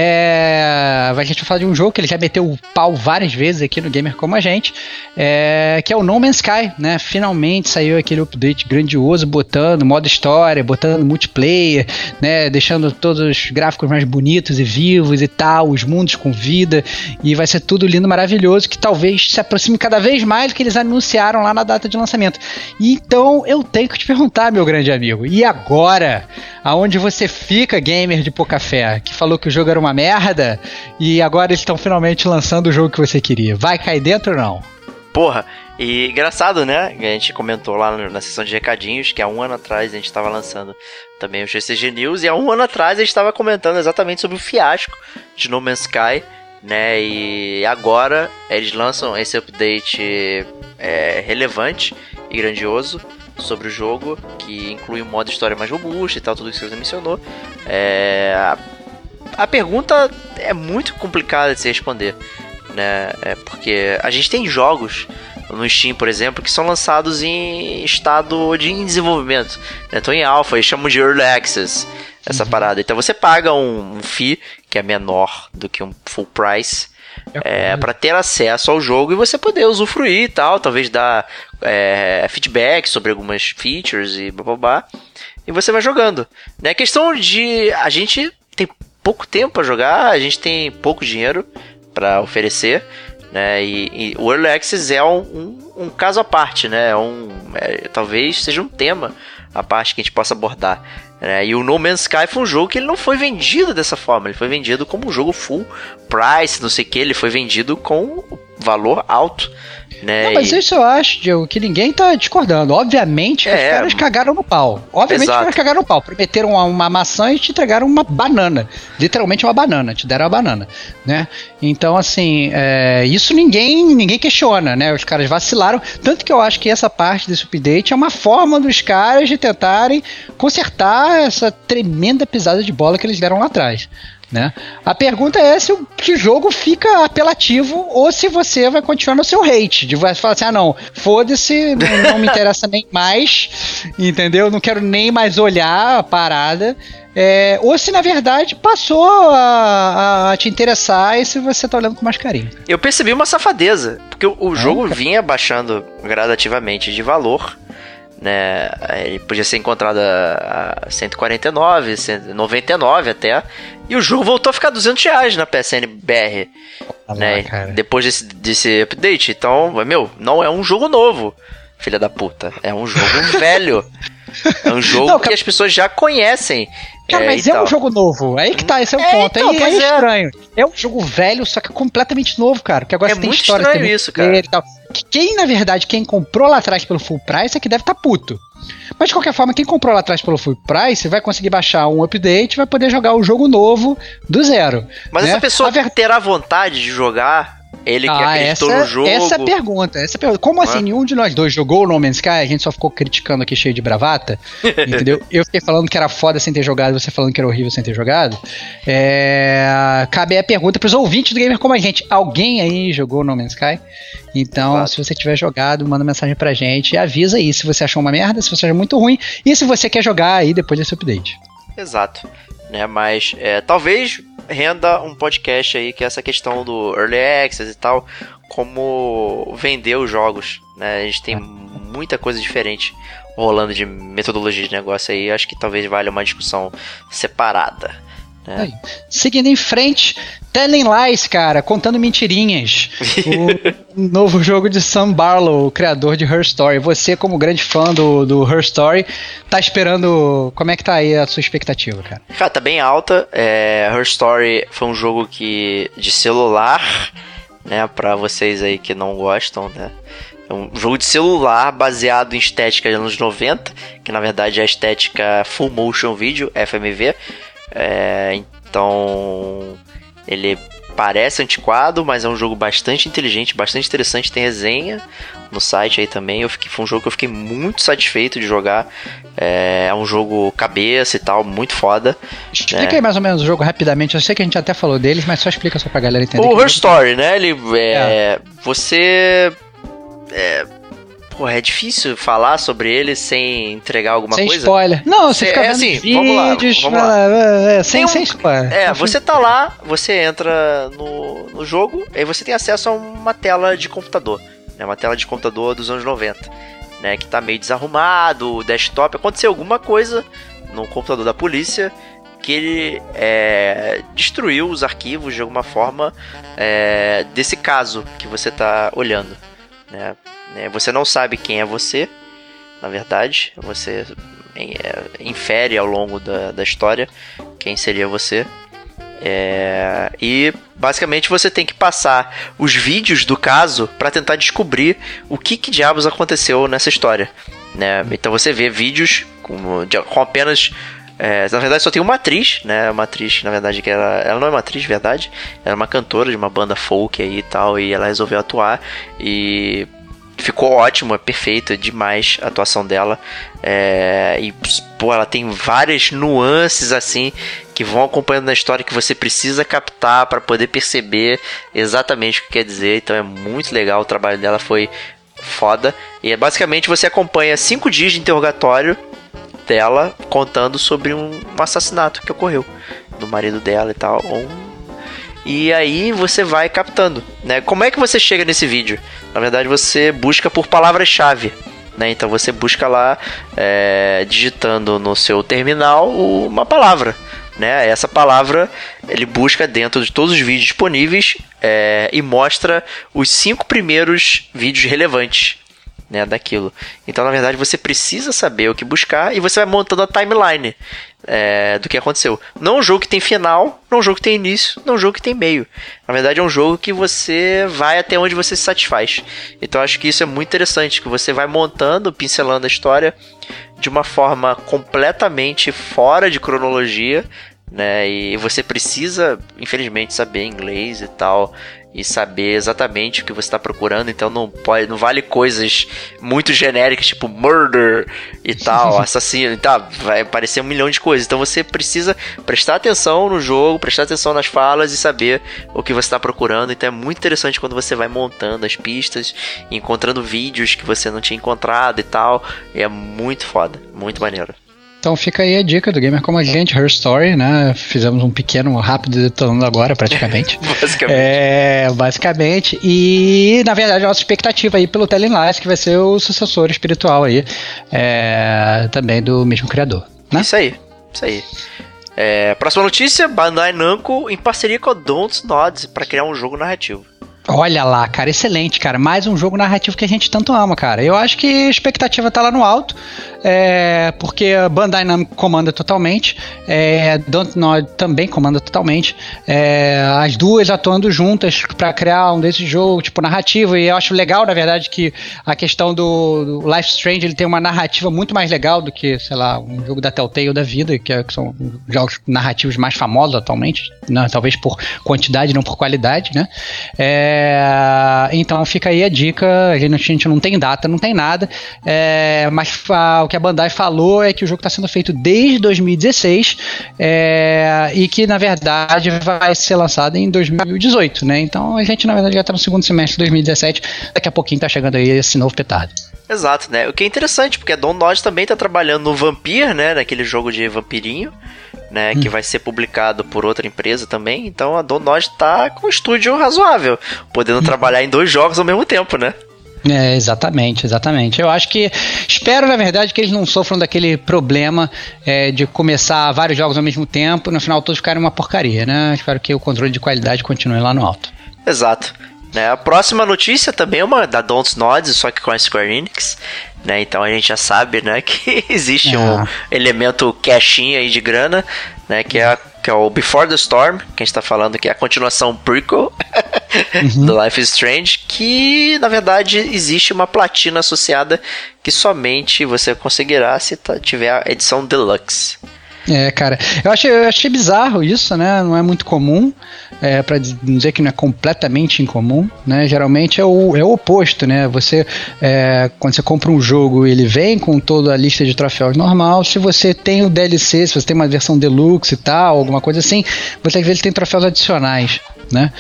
é, a gente vai falar de um jogo que ele já meteu o pau várias vezes aqui no Gamer Como a Gente, é, que é o No Man's Sky, né? Finalmente saiu aquele update grandioso, botando modo história, botando multiplayer, né? Deixando todos os gráficos mais bonitos e vivos e tal, os mundos com vida, e vai ser tudo lindo, maravilhoso, que talvez se aproxime cada vez mais do que eles anunciaram lá na data de lançamento. E então eu tenho que te perguntar, meu grande amigo, e agora? Aonde você fica, gamer de pouca fé, que falou que o jogo era uma merda e agora eles estão finalmente lançando o jogo que você queria? Vai cair dentro ou não? Porra, e engraçado, né? A gente comentou lá na sessão de recadinhos que há um ano atrás a gente estava lançando também o G C G News, e há um ano atrás a gente estava comentando exatamente sobre o fiasco de No Man's Sky, né? E agora eles lançam esse update é, relevante e grandioso sobre o jogo, que inclui um modo história mais robusto e tal, tudo isso que você mencionou. É, a, a pergunta é muito complicada de se responder, né? É porque a gente tem jogos no Steam, por exemplo, que são lançados em estado de desenvolvimento, né? Estão em alpha, eles chamam de Early Access essa uhum. parada. Então você paga um, um fee que é menor do que um full price, É, para ter acesso ao jogo e você poder usufruir e tal, talvez dar é, feedback sobre algumas features e blá blá blá, e você vai jogando, né? A questão de a gente tem pouco tempo para jogar, a gente tem pouco dinheiro para oferecer, né? E, e o Early Access é um, um, um caso à parte, né? É um, é, talvez seja um tema à parte que a gente possa abordar. É, e o No Man's Sky foi um jogo que ele não foi vendido dessa forma, ele foi vendido como um jogo full price, não sei o que, ele foi vendido com valor alto, né? Não, mas e... isso eu acho, Diego, que ninguém tá discordando. Obviamente que é, os caras cagaram no pau. Obviamente que os caras cagaram no pau. Prometeram uma, uma maçã e te entregaram uma banana. Literalmente uma banana, te deram a banana, né? Então, assim, é, isso ninguém, ninguém questiona, né? Os caras vacilaram. Tanto que eu acho que essa parte desse update é uma forma dos caras de tentarem consertar essa tremenda pisada de bola que eles deram lá atrás, né? A pergunta é se o se o jogo fica apelativo ou se você vai continuar no seu hate, de você falar assim, ah não, foda-se, não, não me interessa nem mais, entendeu? Não quero nem mais olhar a parada, é, ou se na verdade passou a, a te interessar e se você tá olhando com mais carinho. Eu percebi uma safadeza, porque o, o jogo ah, vinha baixando gradativamente de valor, né? Ele podia ser encontrado a cento e quarenta e nove, cento e noventa e nove até, e o jogo voltou a ficar duzentos reais na P S N B R, ah, né? Lá, depois desse, desse update. Então, meu, não é um jogo novo, filha da puta, é um jogo velho. É um jogo não, que as pessoas já conhecem. Cara, é, mas é tal. um jogo novo. Aí que tá, esse é o é, ponto. Então, aí, aí é estranho. É um jogo velho, só que completamente novo, cara. Porque agora é você tem muito história. Estranho tem isso, cara. E tal. Quem, na verdade, quem comprou lá atrás pelo full price é que deve estar tá puto. Mas de qualquer forma, quem comprou lá atrás pelo full price vai conseguir baixar um update e vai poder jogar o jogo novo do zero. Mas né? essa pessoa ver... terá vontade de jogar. Ele ah, que acreditou essa, no jogo. Essa é a pergunta. Essa é a pergunta. Como assim, nenhum de nós dois jogou o No Man's Sky? A gente só ficou criticando aqui cheio de bravata. Entendeu? Eu fiquei falando que era foda sem ter jogado, você falando que era horrível sem ter jogado. É... Cabe a pergunta pros ouvintes do Gamer Como a Gente. Alguém aí jogou o No Man's Sky? Então, Exato. se você tiver jogado, manda mensagem pra gente e avisa aí se você achou uma merda, se você achou muito ruim e se você quer jogar aí depois desse update. Exato. Né, mas é, talvez renda um podcast aí que é essa questão do Early Access e tal, como vender os jogos, né? A gente tem muita coisa diferente rolando de metodologia de negócio aí, acho que talvez valha uma discussão separada. Né? Seguindo em frente, Telling Lies, cara, contando mentirinhas. O novo jogo de Sam Barlow, o criador de Her Story. Você, como grande fã do, do Her Story, tá esperando... Como é que tá aí a sua expectativa, cara? Cara, tá bem alta. É, Her Story foi um jogo que de celular, né, pra vocês aí que não gostam, né? É um jogo de celular baseado em estética dos anos noventa, que na verdade é a estética Full Motion Video, F M V. É, então ele parece antiquado, mas é um jogo bastante inteligente, bastante interessante. Tem resenha no site aí também. Eu fiquei, foi um jogo que eu fiquei muito satisfeito de jogar. É, é um jogo cabeça e tal, muito foda. Explica né? aí mais ou menos o jogo rapidamente. Eu sei que a gente até falou deles, mas só explica só pra galera entender. O Her Story, né? Ele é, é. Você é, Porra, é difícil falar sobre ele sem entregar alguma sem coisa. Sem spoiler. Não, você fica é vendo assim, vídeos, vamos lá, vamos lá. É, sem, um, sem spoiler. É, você tá lá, você entra no, no jogo, aí você tem acesso a uma tela de computador, né, uma tela de computador dos anos noventa, né, que tá meio desarrumado, o desktop, aconteceu alguma coisa no computador da polícia que ele é, destruiu os arquivos de alguma forma é, desse caso que você tá olhando, né. Você não sabe quem é você, na verdade. Você é, infere ao longo da, da história quem seria você. É, e basicamente você tem que passar os vídeos do caso para tentar descobrir o que, que diabos aconteceu nessa história, né? Então você vê vídeos com, de, com apenas... É, na verdade só tem uma atriz, né? Uma atriz, na verdade, que ela, ela não é uma atriz, de verdade. Ela é uma cantora de uma banda folk aí e tal. E ela resolveu atuar e... ficou ótimo, é perfeito, é demais a atuação dela. É, e, pô, ela tem várias nuances assim que vão acompanhando na história que você precisa captar para poder perceber exatamente o que quer dizer. Então é muito legal, o trabalho dela foi foda. E é, basicamente você acompanha cinco dias de interrogatório dela contando sobre um, um assassinato que ocorreu do marido dela e tal. Um E aí você vai captando, né? Como é que você chega nesse vídeo? Na verdade você busca por palavras-chave, né? Então você busca lá é, digitando no seu terminal uma palavra, né? Essa palavra ele busca dentro de todos os vídeos disponíveis é, e mostra os cinco primeiros vídeos relevantes, né, daquilo. Então na verdade você precisa saber o que buscar e você vai montando a timeline é, do que aconteceu. Não é um jogo que tem final, não é um jogo que tem início, não é um jogo que tem meio. Na verdade é um jogo que você vai até onde você se satisfaz. Então acho que isso é muito interessante, que você vai montando, pincelando a história de uma forma completamente fora de cronologia, né? E você precisa, infelizmente, saber inglês e tal, e saber exatamente o que você está procurando. Então não pode, não vale coisas muito genéricas, tipo murder e tal, assassino e tal, vai aparecer um milhão de coisas. Então você precisa prestar atenção no jogo, prestar atenção nas falas e saber o que você está procurando. Então é muito interessante quando você vai montando as pistas, encontrando vídeos que você não tinha encontrado e tal. E é muito foda, muito maneiro. Então fica aí a dica do Gamer Como a Gente, Her Story, né? Fizemos um pequeno, rápido detonando agora, praticamente. basicamente. É, basicamente. E, na verdade, a nossa expectativa aí pelo Telling Lies, que vai ser o sucessor espiritual aí, é, também do mesmo criador, né? Isso aí, isso aí. É, próxima notícia, Bandai Namco em parceria com a Dontnod para criar um jogo narrativo. Olha lá, cara, excelente, cara. Mais um jogo narrativo que a gente tanto ama, cara. Eu acho que a expectativa tá lá no alto, é, porque a Bandai Namco comanda totalmente, é, Dontnod também comanda totalmente, é, as duas atuando juntas para criar um desses jogos, tipo, narrativo, e eu acho legal, na verdade, que a questão do, do Life Strange, ele tem uma narrativa muito mais legal do que, sei lá, um jogo da Telltale da vida, que, é, que são jogos narrativos mais famosos atualmente, né, talvez por quantidade, não por qualidade, né? É, então fica aí a dica, a gente, a gente não tem data, não tem nada, é, mas a, o que a Bandai falou é que o jogo está sendo feito desde dois mil e dezesseis, é, e que na verdade vai ser lançado em dois mil e dezoito, né? Então a gente na verdade já está no segundo semestre de dois mil e dezessete, daqui a pouquinho tá chegando aí esse novo petardo. Exato, né? O que é interessante, porque a Dontnod também tá trabalhando no Vampir, né? Naquele jogo de vampirinho, né? Hum. Que vai ser publicado por outra empresa também. Então a Dontnod tá com um estúdio razoável, podendo hum. trabalhar em dois jogos ao mesmo tempo, né? É, exatamente, exatamente. Eu acho que, espero na verdade que eles não sofram daquele problema é, de começar vários jogos ao mesmo tempo e no final todos ficarem uma porcaria, né? Espero que o controle de qualidade continue lá no alto. Exato. Né, a próxima notícia também é uma da Dontnod, só que com a Square Enix, né, então a gente já sabe, né, que existe é. um elemento cashinho aí de grana, né, que é, que é o Before the Storm, que a gente tá falando que é a continuação prequel uhum. do Life is Strange, que na verdade existe uma platina associada que somente você conseguirá se tiver a edição Deluxe. É, cara, eu achei, eu achei bizarro isso, né? Não é muito comum, é, para dizer que não é completamente incomum, né? Geralmente é o, é o oposto, né? Você, é, quando você compra um jogo, ele vem com toda a lista de troféus normal. Se você tem o D L C, se você tem uma versão deluxe e tal, alguma coisa assim, você às vezes tem troféus adicionais, né?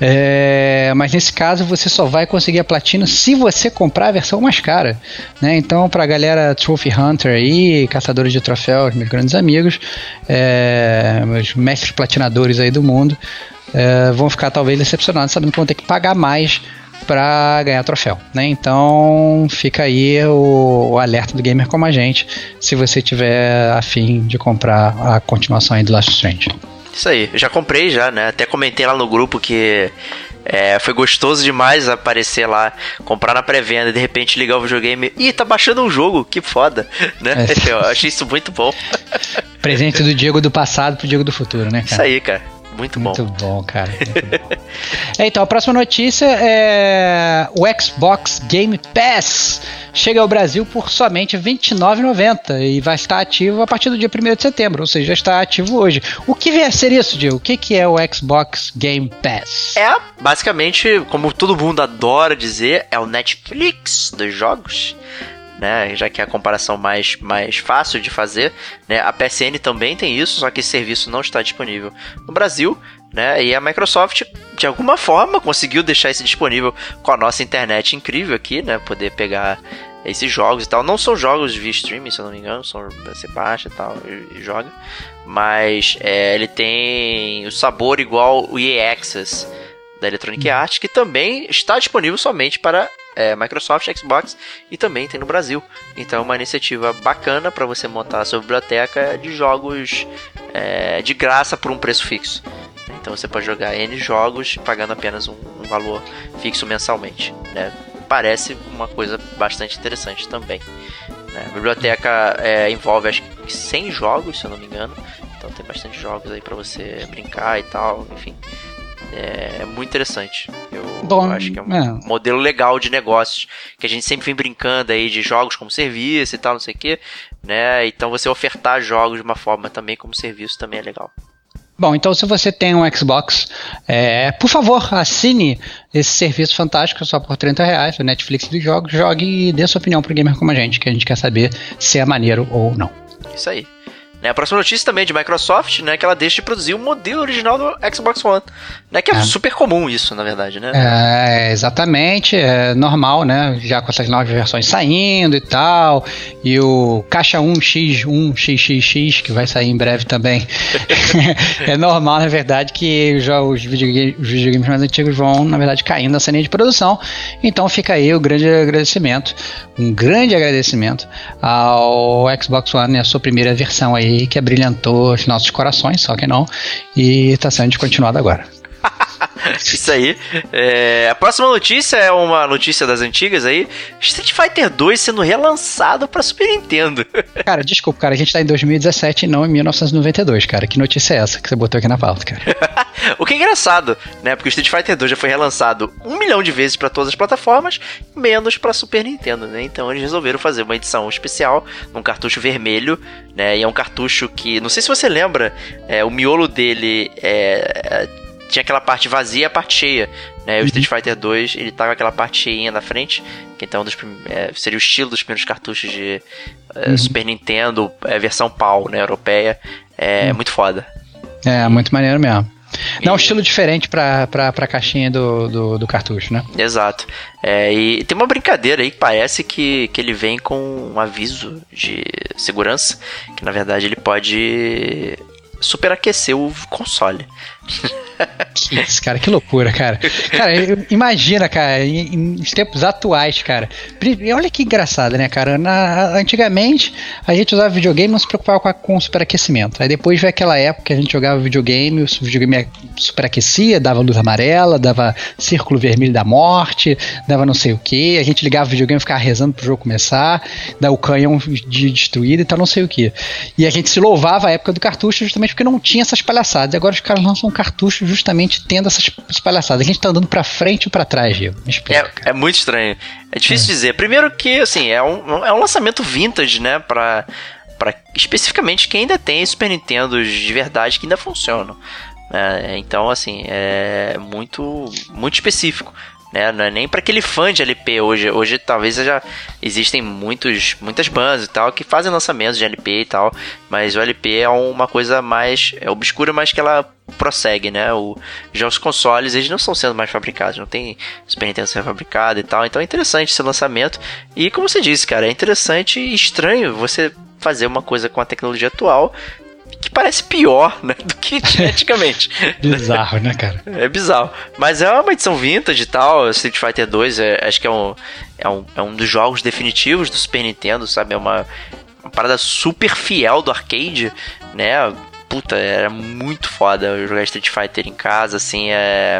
É, mas nesse caso você só vai conseguir a platina se você comprar a versão mais cara, né? Então, pra galera Trophy Hunter aí, caçadores de troféus, meus grandes amigos, é, meus mestres platinadores aí do mundo, é, vão ficar talvez decepcionados sabendo que vão ter que pagar mais para ganhar troféu, né? Então fica aí o, o alerta do Gamer Como a Gente, se você tiver a fim de comprar a continuação aí do Life is Strange. Isso aí, eu já comprei já, né? Até comentei lá no grupo que é, foi gostoso demais aparecer lá, comprar na pré-venda e de repente ligar o videogame. Ih, tá baixando um jogo, que foda, né? É. Eu achei isso muito bom. Presente do Diego do passado pro Diego do futuro, né, cara? Isso aí, cara. Muito bom. Muito bom, cara. Muito bom. É, então, a próxima notícia é o Xbox Game Pass chega ao Brasil por somente vinte e nove reais e noventa centavos e vai estar ativo a partir do dia primeiro de setembro, ou seja, já está ativo hoje. O que vem a ser isso, Diego? O que, que é o Xbox Game Pass? É, basicamente, como todo mundo adora dizer, é o Netflix dos jogos. Né, já que é a comparação mais, mais fácil de fazer, né, a P S N também tem isso, só que esse serviço não está disponível no Brasil, né, e a Microsoft de alguma forma conseguiu deixar isso disponível com a nossa internet incrível aqui, né, poder pegar esses jogos e tal. Não são jogos via streaming, se eu não me engano, são, você baixa e tal e, e joga, mas é, ele tem o sabor igual o E A Access da Electronic Arts, que também está disponível somente para É, Microsoft, Xbox e também tem no Brasil. Então é uma iniciativa bacana para você montar a sua biblioteca de jogos é, de graça por um preço fixo. Então você pode jogar N jogos pagando apenas um, um valor fixo mensalmente, né? Parece uma coisa bastante interessante também, né? A biblioteca é, envolve acho que cem jogos, se eu não me engano. Então tem bastante jogos aí para você brincar e tal, enfim. É muito interessante. Eu Bom, acho que é um é. modelo legal de negócios que a gente sempre vem brincando aí de jogos como serviço e tal, não sei o que, né? Então você ofertar jogos de uma forma também como serviço também é legal. Bom, então se você tem um Xbox, é, por favor, assine esse serviço fantástico só por trinta reais, o Netflix dos jogos, jogue e dê sua opinião pro Gamer Como a Gente, que a gente quer saber se é maneiro ou não. Isso aí. Né? A próxima notícia também é de Microsoft, né, que ela deixa de produzir o modelo original do Xbox One, né, que é, é super comum isso, na verdade, né? É, exatamente, é normal, né, já com essas novas versões saindo e tal, e o Caixa um X um X X X, que vai sair em breve também, é normal, na verdade, que já os, videogame, os videogames mais antigos vão, na verdade, caindo nessa linha de produção, então fica aí o grande agradecimento, um grande agradecimento ao Xbox One e a sua primeira versão aí, que abrilhantou os nossos corações, só que não, e está sendo descontinuado agora. Isso aí. É, a próxima notícia é uma notícia das antigas aí. Street Fighter dois sendo relançado pra Super Nintendo. Cara, desculpa, cara, a gente tá em dois mil e dezessete e não em mil novecentos e noventa e dois, cara. Que notícia é essa que você botou aqui na pauta, cara? O que é engraçado, né? Porque o Street Fighter dois já foi relançado um milhão de vezes pra todas as plataformas, menos pra Super Nintendo, né? Então eles resolveram fazer uma edição especial num cartucho vermelho, né? E é um cartucho que, não sei se você lembra, é, o miolo dele é... tinha aquela parte vazia e a parte cheia, né? O Street Fighter dois, ele tá com aquela parte cheinha na frente, que então dos prim... é, seria o estilo dos primeiros cartuchos de é, uhum. Super Nintendo, é, versão PAL, né, europeia. É uhum. muito foda. É, muito maneiro mesmo. Dá um e... estilo diferente pra, pra, pra caixinha do, do, do cartucho, né? Exato. É, e tem uma brincadeira aí que parece que, que ele vem com um aviso de segurança, que na verdade ele pode superaquecer o console. Que isso, cara, que loucura, cara. Cara, imagina, cara, em, em tempos atuais, cara. Olha que engraçado, né, cara? Na, antigamente, a gente usava videogame e não se preocupava com, a, com o superaquecimento. Aí depois veio aquela época que a gente jogava videogame, o videogame superaquecia, dava luz amarela, dava círculo vermelho da morte, dava não sei o que. A gente ligava o videogame e ficava rezando pro jogo começar, dava o canhão de destruído e tal, não sei o que. E a gente se louvava a época do cartucho justamente porque não tinha essas palhaçadas. E agora os caras lançam um cartucho justamente tendo essas palhaçadas. A gente tá andando pra frente ou pra trás, Gil? Me explica, é, é muito estranho. É difícil é. dizer. Primeiro que, assim, é um, é um lançamento vintage, né? Pra, pra especificamente quem ainda tem Super Nintendo de verdade que ainda funcionam. Né? Então, assim, é muito, muito específico. Né? Não é nem para aquele fã de L P hoje. Hoje talvez já existem muitos, muitas bandas e tal que fazem lançamentos de L P e tal, mas o L P é uma coisa mais é obscura, mas que ela prossegue, né? O, já os consoles, eles não estão sendo mais fabricados, não tem Super Nintendo sendo fabricado e tal, então é interessante esse lançamento. E como você disse, cara, é interessante e estranho você fazer uma coisa com a tecnologia atual que parece pior, né, do que tinha antigamente. Bizarro, né, cara? É bizarro. Mas é uma edição vintage e tal. Street Fighter dois, é, acho que é um, é, um, é um dos jogos definitivos do Super Nintendo, sabe? É uma, uma parada super fiel do arcade, né? Puta, era muito foda jogar Street Fighter em casa, assim, é...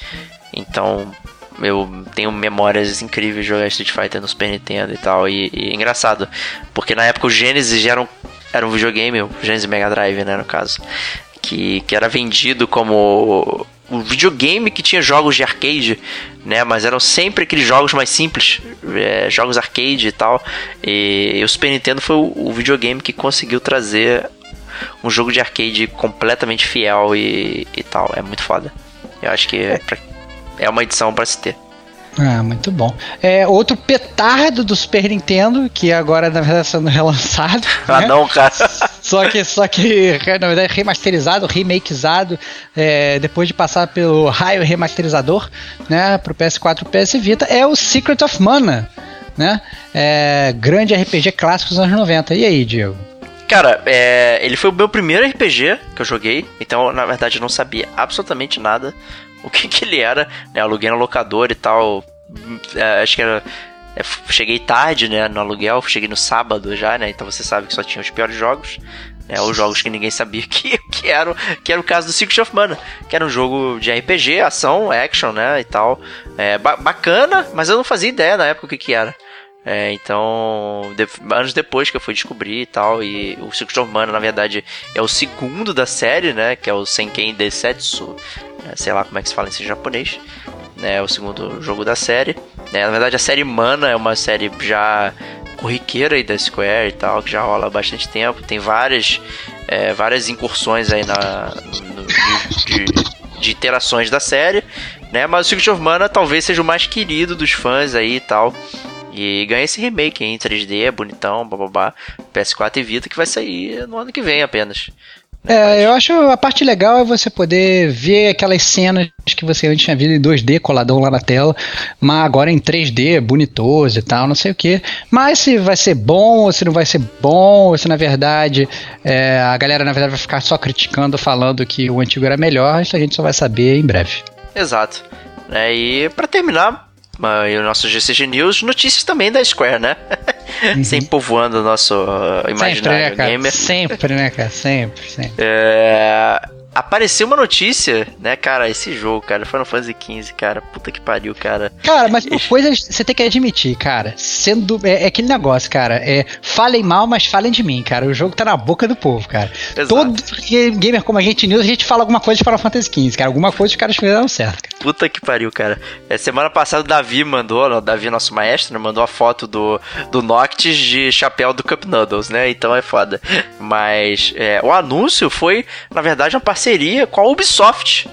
Então, eu tenho memórias incríveis de jogar Street Fighter no Super Nintendo e tal. E, e é engraçado, porque na época o Genesis já era um Era um videogame, o Genesis Mega Drive, né, no caso, que, que era vendido como um videogame que tinha jogos de arcade, né, mas eram sempre aqueles jogos mais simples, é, jogos arcade e tal, e, e o Super Nintendo foi o, o videogame que conseguiu trazer um jogo de arcade completamente fiel e, e tal, é muito foda. Eu acho que é, pra, é uma edição pra se ter. Ah, muito bom. É, outro petardo do Super Nintendo, que agora na verdade está sendo relançado. Ah, né? Não, cara. Só que, só que, na verdade, remasterizado, remakeizado, é, depois de passar pelo raio remasterizador, né, pro P S quatro e P S Vita, é o Secret of Mana, né? É, grande R P G clássico dos anos noventa. E aí, Diego? Cara, é, ele foi o meu primeiro R P G que eu joguei, então na verdade eu não sabia absolutamente nada o que que ele era, né? Eu aluguei no locador e tal, é, acho que era... É, cheguei tarde, né, no aluguel, cheguei no sábado já, né, então você sabe que só tinha os piores jogos, né, os jogos que ninguém sabia que, que, eram, que era o caso do Secret of Mana, que era um jogo de R P G, ação, action, né, e tal, é, ba- bacana, mas eu não fazia ideia na época o que que era. É, então, de, anos depois que eu fui descobrir e tal, e o Secret of Mana, na verdade, é o segundo da série, né, que é o Senken Densetsu, né, sei lá como é que se fala isso em japonês, né, é o segundo jogo da série. É, na verdade, a série Mana é uma série já corriqueira aí da Square e tal, que já rola há bastante tempo. Tem várias, é, várias incursões aí na, no, de, de, de interações da série, né? Mas o Secret of Mana talvez seja o mais querido dos fãs aí e tal. E ganha esse remake em três D, bonitão, bababá, P S quatro e Vita, que vai sair no ano que vem apenas. É, eu acho a parte legal é você poder ver aquelas cenas que você antes tinha visto em dois D, coladão lá na tela, mas agora em três D, bonitoso e tal, não sei o que. Mas se vai ser bom ou se não vai ser bom, ou se na verdade é, a galera na verdade vai ficar só criticando, falando que o antigo era melhor, isso a gente só vai saber em breve. Exato. É, e pra terminar, uh, o nosso G C G News, notícias também da Square, né? Uhum. Sempre povoando o nosso uh, imaginário sempre, né, cara? gamer. Sempre, né, cara? Sempre, sempre. É... Apareceu uma notícia, né, cara, esse jogo, cara, Final Fantasy quinze, cara, puta que pariu, cara. Cara, mas uma coisa você tem que admitir, cara, sendo, é, é aquele negócio, cara, é, falem mal, mas falem de mim, cara, o jogo tá na boca do povo, cara. Exato. Todo gamer como a gente news, a gente fala alguma coisa de Final Fantasy quinze, cara, alguma coisa os caras fizeram certo, cara. Puta que pariu, cara. É, semana passada o Davi mandou, o Davi, nosso maestro, né, mandou a foto do, do Noctis de chapéu do Cup Noodles, né, então é foda. Mas é, o anúncio foi, na verdade, uma parceria seria com a Ubisoft.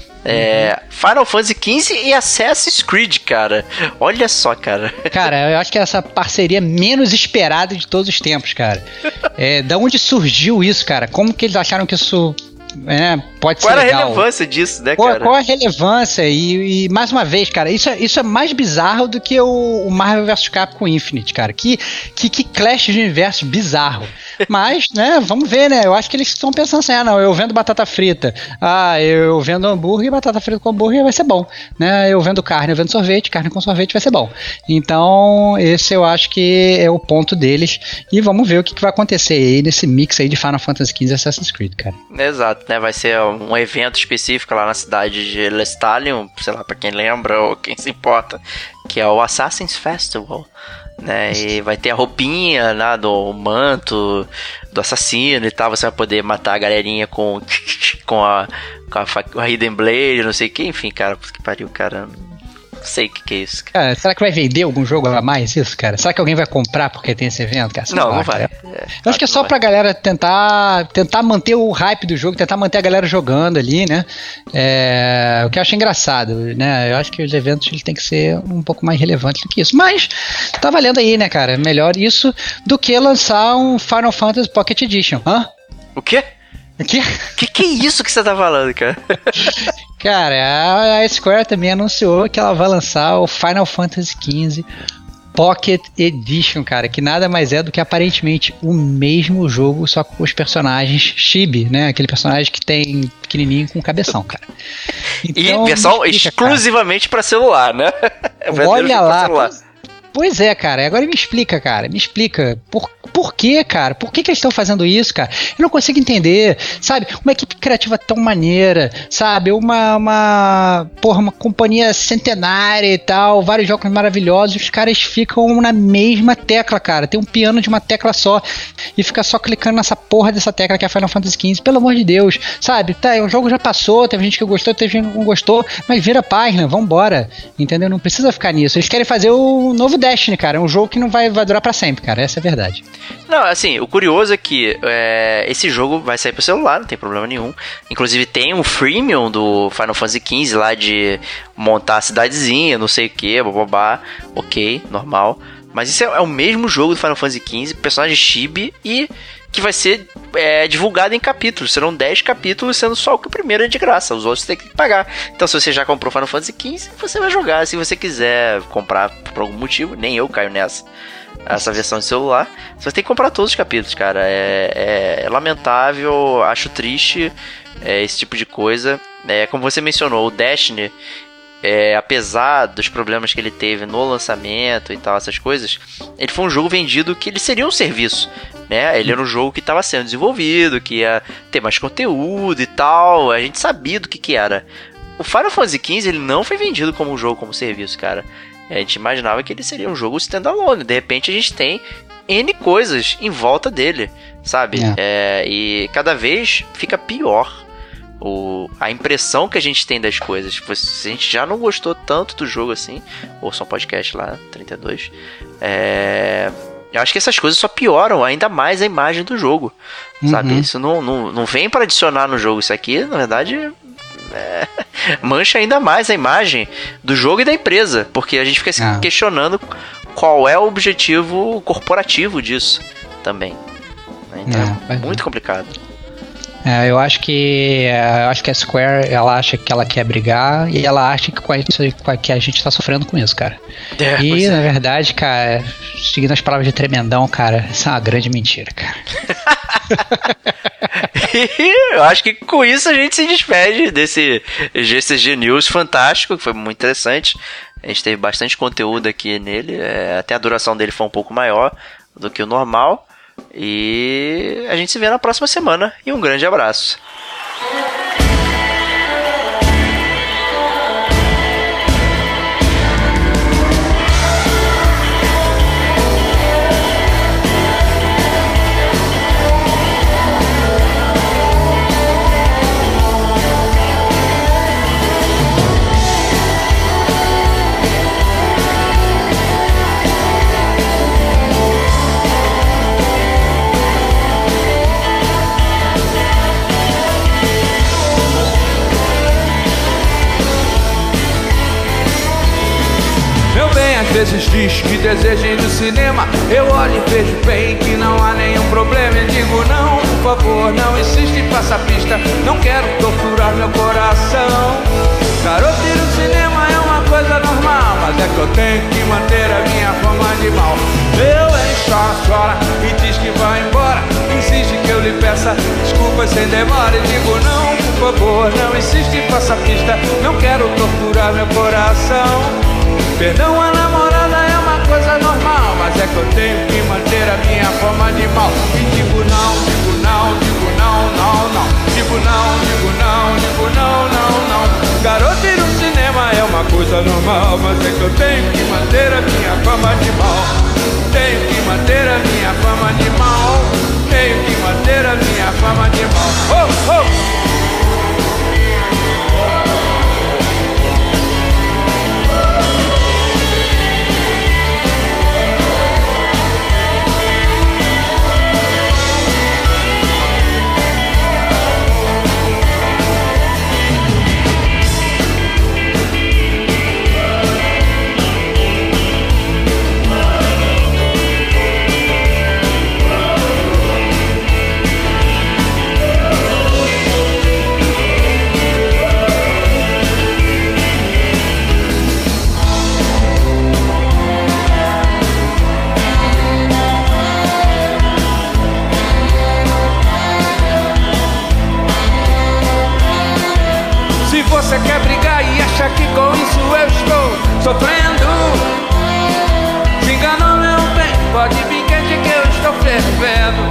É, uhum. Final Fantasy quinze e Assassin's Creed, cara. Olha só, cara. Cara, eu acho que é essa parceria menos esperada de todos os tempos, cara. É, da onde surgiu isso, cara? Como que eles acharam que isso é, pode qual ser era legal? a relevância disso, né, qual, cara? Qual a relevância? E, e mais uma vez, cara, isso é, isso é mais bizarro do que o, o Marvel versus. Capcom Infinite, cara. Que, que, que clash de universo bizarro. Mas, né, vamos ver, né? Eu acho que eles estão pensando assim, ah, não, eu vendo batata frita. Ah, eu vendo hambúrguer, batata frita com hambúrguer vai ser bom. Né? Eu vendo carne, eu vendo sorvete, carne com sorvete vai ser bom. Então, esse eu acho que é o ponto deles. E vamos ver o que, que vai acontecer aí nesse mix aí de Final Fantasy quinze e Assassin's Creed, cara. Exato, né? Vai ser um evento específico lá na cidade de Lestalion, sei lá, pra quem lembra ou quem se importa, que é o Assassin's Festival. Né, e vai ter a roupinha, né, do manto do assassino e tal. Você vai poder matar a galerinha com, com, a, com a, com a Hidden Blade, não sei o que. Enfim, cara, que pariu, cara. Não sei o que, que é isso, cara. Cara, será que vai vender algum jogo a mais isso, cara? Será que alguém vai comprar porque tem esse evento, cara? Não, não, não vai. É, eu acho que é só pra galera tentar, tentar manter o hype do jogo, tentar manter a galera jogando ali, né? É, o que eu acho engraçado, né? Eu acho que os eventos eles têm que ser um pouco mais relevantes do que isso. Mas tá valendo aí, né, cara? Melhor isso do que lançar um Final Fantasy Pocket Edition. Hã? O quê? O quê? Que que é isso que você tá falando, cara? Cara, a Square também anunciou que ela vai lançar o Final Fantasy quinze Pocket Edition, cara, que nada mais é do que aparentemente o mesmo jogo, só com os personagens Chibi, né? Aquele personagem que tem pequenininho com cabeção, cara. Então, e versão explica, exclusivamente para celular, né? É olha lá. Pois é, cara. Agora me explica, cara. Me explica. Por, por quê, cara? Por que, que eles estão fazendo isso, cara? Eu não consigo entender. Sabe? Uma equipe criativa tão maneira. Sabe? Uma, uma, porra, uma companhia centenária e tal. Vários jogos maravilhosos. Os caras ficam na mesma tecla, cara. Tem um piano de uma tecla só. E fica só clicando nessa porra dessa tecla que é a Final Fantasy quinze. Pelo amor de Deus. Sabe? Tá, o jogo já passou. Teve gente que gostou, teve gente que não gostou. Mas vira a página. Vambora. Entendeu? Não precisa ficar nisso. Eles querem fazer o novo Destiny, cara, é um jogo que não vai, vai durar pra sempre, cara, essa é a verdade. Não, assim, o curioso é que é, esse jogo vai sair pro celular, não tem problema nenhum. Inclusive tem um freemium do Final Fantasy quinze lá de montar a cidadezinha, não sei o que, bababá, ok, normal. Mas isso é, é o mesmo jogo do Final Fantasy quinze, personagem Chibi, e que vai ser é, divulgado em capítulos. Serão dez capítulos, sendo só que o primeiro é de graça. Os outros tem que pagar. Então, se você já comprou Final Fantasy quinze, você vai jogar. Se você quiser comprar por algum motivo, nem eu caio nessa, essa versão de celular, você tem que comprar todos os capítulos, cara. É, é, é lamentável, acho triste é, esse tipo de coisa. É, como você mencionou, o Destiny, É, apesar dos problemas que ele teve no lançamento e tal, essas coisas, ele foi um jogo vendido que ele seria um serviço, né? Ele era um jogo que estava sendo desenvolvido, que ia ter mais conteúdo e tal, a gente sabia do que que era. O Final Fantasy quinze, ele não foi vendido como um jogo, como serviço, cara. A gente imaginava que ele seria um jogo standalone, de repente a gente tem N coisas em volta dele, sabe? É. É, e cada vez fica pior O, a impressão que a gente tem das coisas. Se a gente já não gostou tanto do jogo assim, ouça um podcast lá, trinta e dois, é, eu acho que essas coisas só pioram ainda mais a imagem do jogo, uhum. sabe? Isso não, não, não vem para adicionar no jogo. Isso aqui, na verdade, é, mancha ainda mais a imagem do jogo e da empresa, porque a gente fica se ah. questionando qual é o objetivo corporativo disso também. Então é, é muito complicado. É, eu acho que eu acho que a Square, ela acha que ela quer brigar e ela acha que, que a gente tá sofrendo com isso, cara. É, e na é. verdade, cara, seguindo as palavras de Tremendão, cara, isso é uma grande mentira, cara. E eu acho que com isso a gente se despede desse G C G News fantástico, que foi muito interessante. A gente teve bastante conteúdo aqui nele, é, até a duração dele foi um pouco maior do que o normal. E a gente se vê na próxima semana. E um grande abraço. Às vezes diz que deseja ir no cinema. Eu olho e vejo bem que não há nenhum problema. Eu digo não, por favor, não insiste em passar pista. Não quero torturar meu coração. Garoto, ir no cinema é uma coisa normal, mas é que eu tenho que manter a minha fama de mal. Eu encho a chora e diz que vai embora. Insiste que eu lhe peça desculpas sem demora. Eu digo não, por favor, não insiste em passar pista. Não quero torturar meu coração. Perdão, a namorada é uma coisa normal, mas é que eu tenho que manter a minha forma de mal. E digo não, digo não, digo não, não, não. Digo não, digo não, digo não, não, não. Garoto, ir no cinema é uma coisa normal, mas é que eu tenho que manter a minha fama de mal. Tenho que manter a minha fama de mal. Tenho que manter a minha fama de mal. Oh, oh! Você quer brigar e acha que com isso eu estou sofrendo. Se enganou, meu bem, pode vir quente que eu estou fervendo.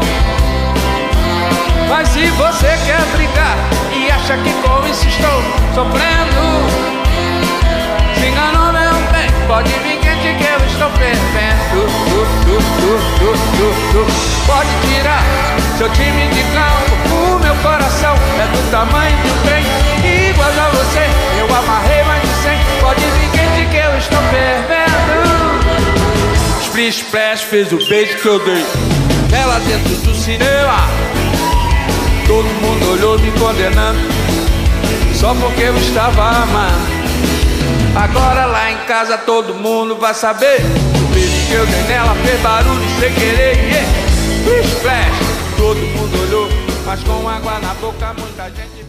Mas se você quer brigar e acha que com isso estou sofrendo, se enganou, meu bem, pode vir quente que eu estou fervendo. Du, du, du, du, du, du. Pode tirar seu time de campo, o meu coração é do tamanho de um trem. Igual a você, eu amarrei mais de cem. Pode vir quente que eu estou fervendo. Splish Splash fez o beijo que eu dei ela dentro do cinema. Todo mundo olhou me condenando só porque eu estava amando. Agora lá em casa todo mundo vai saber. O beijo que eu dei nela fez barulho sem querer. Yeah. Splish Splash, todo mundo olhou, mas com água na boca muita gente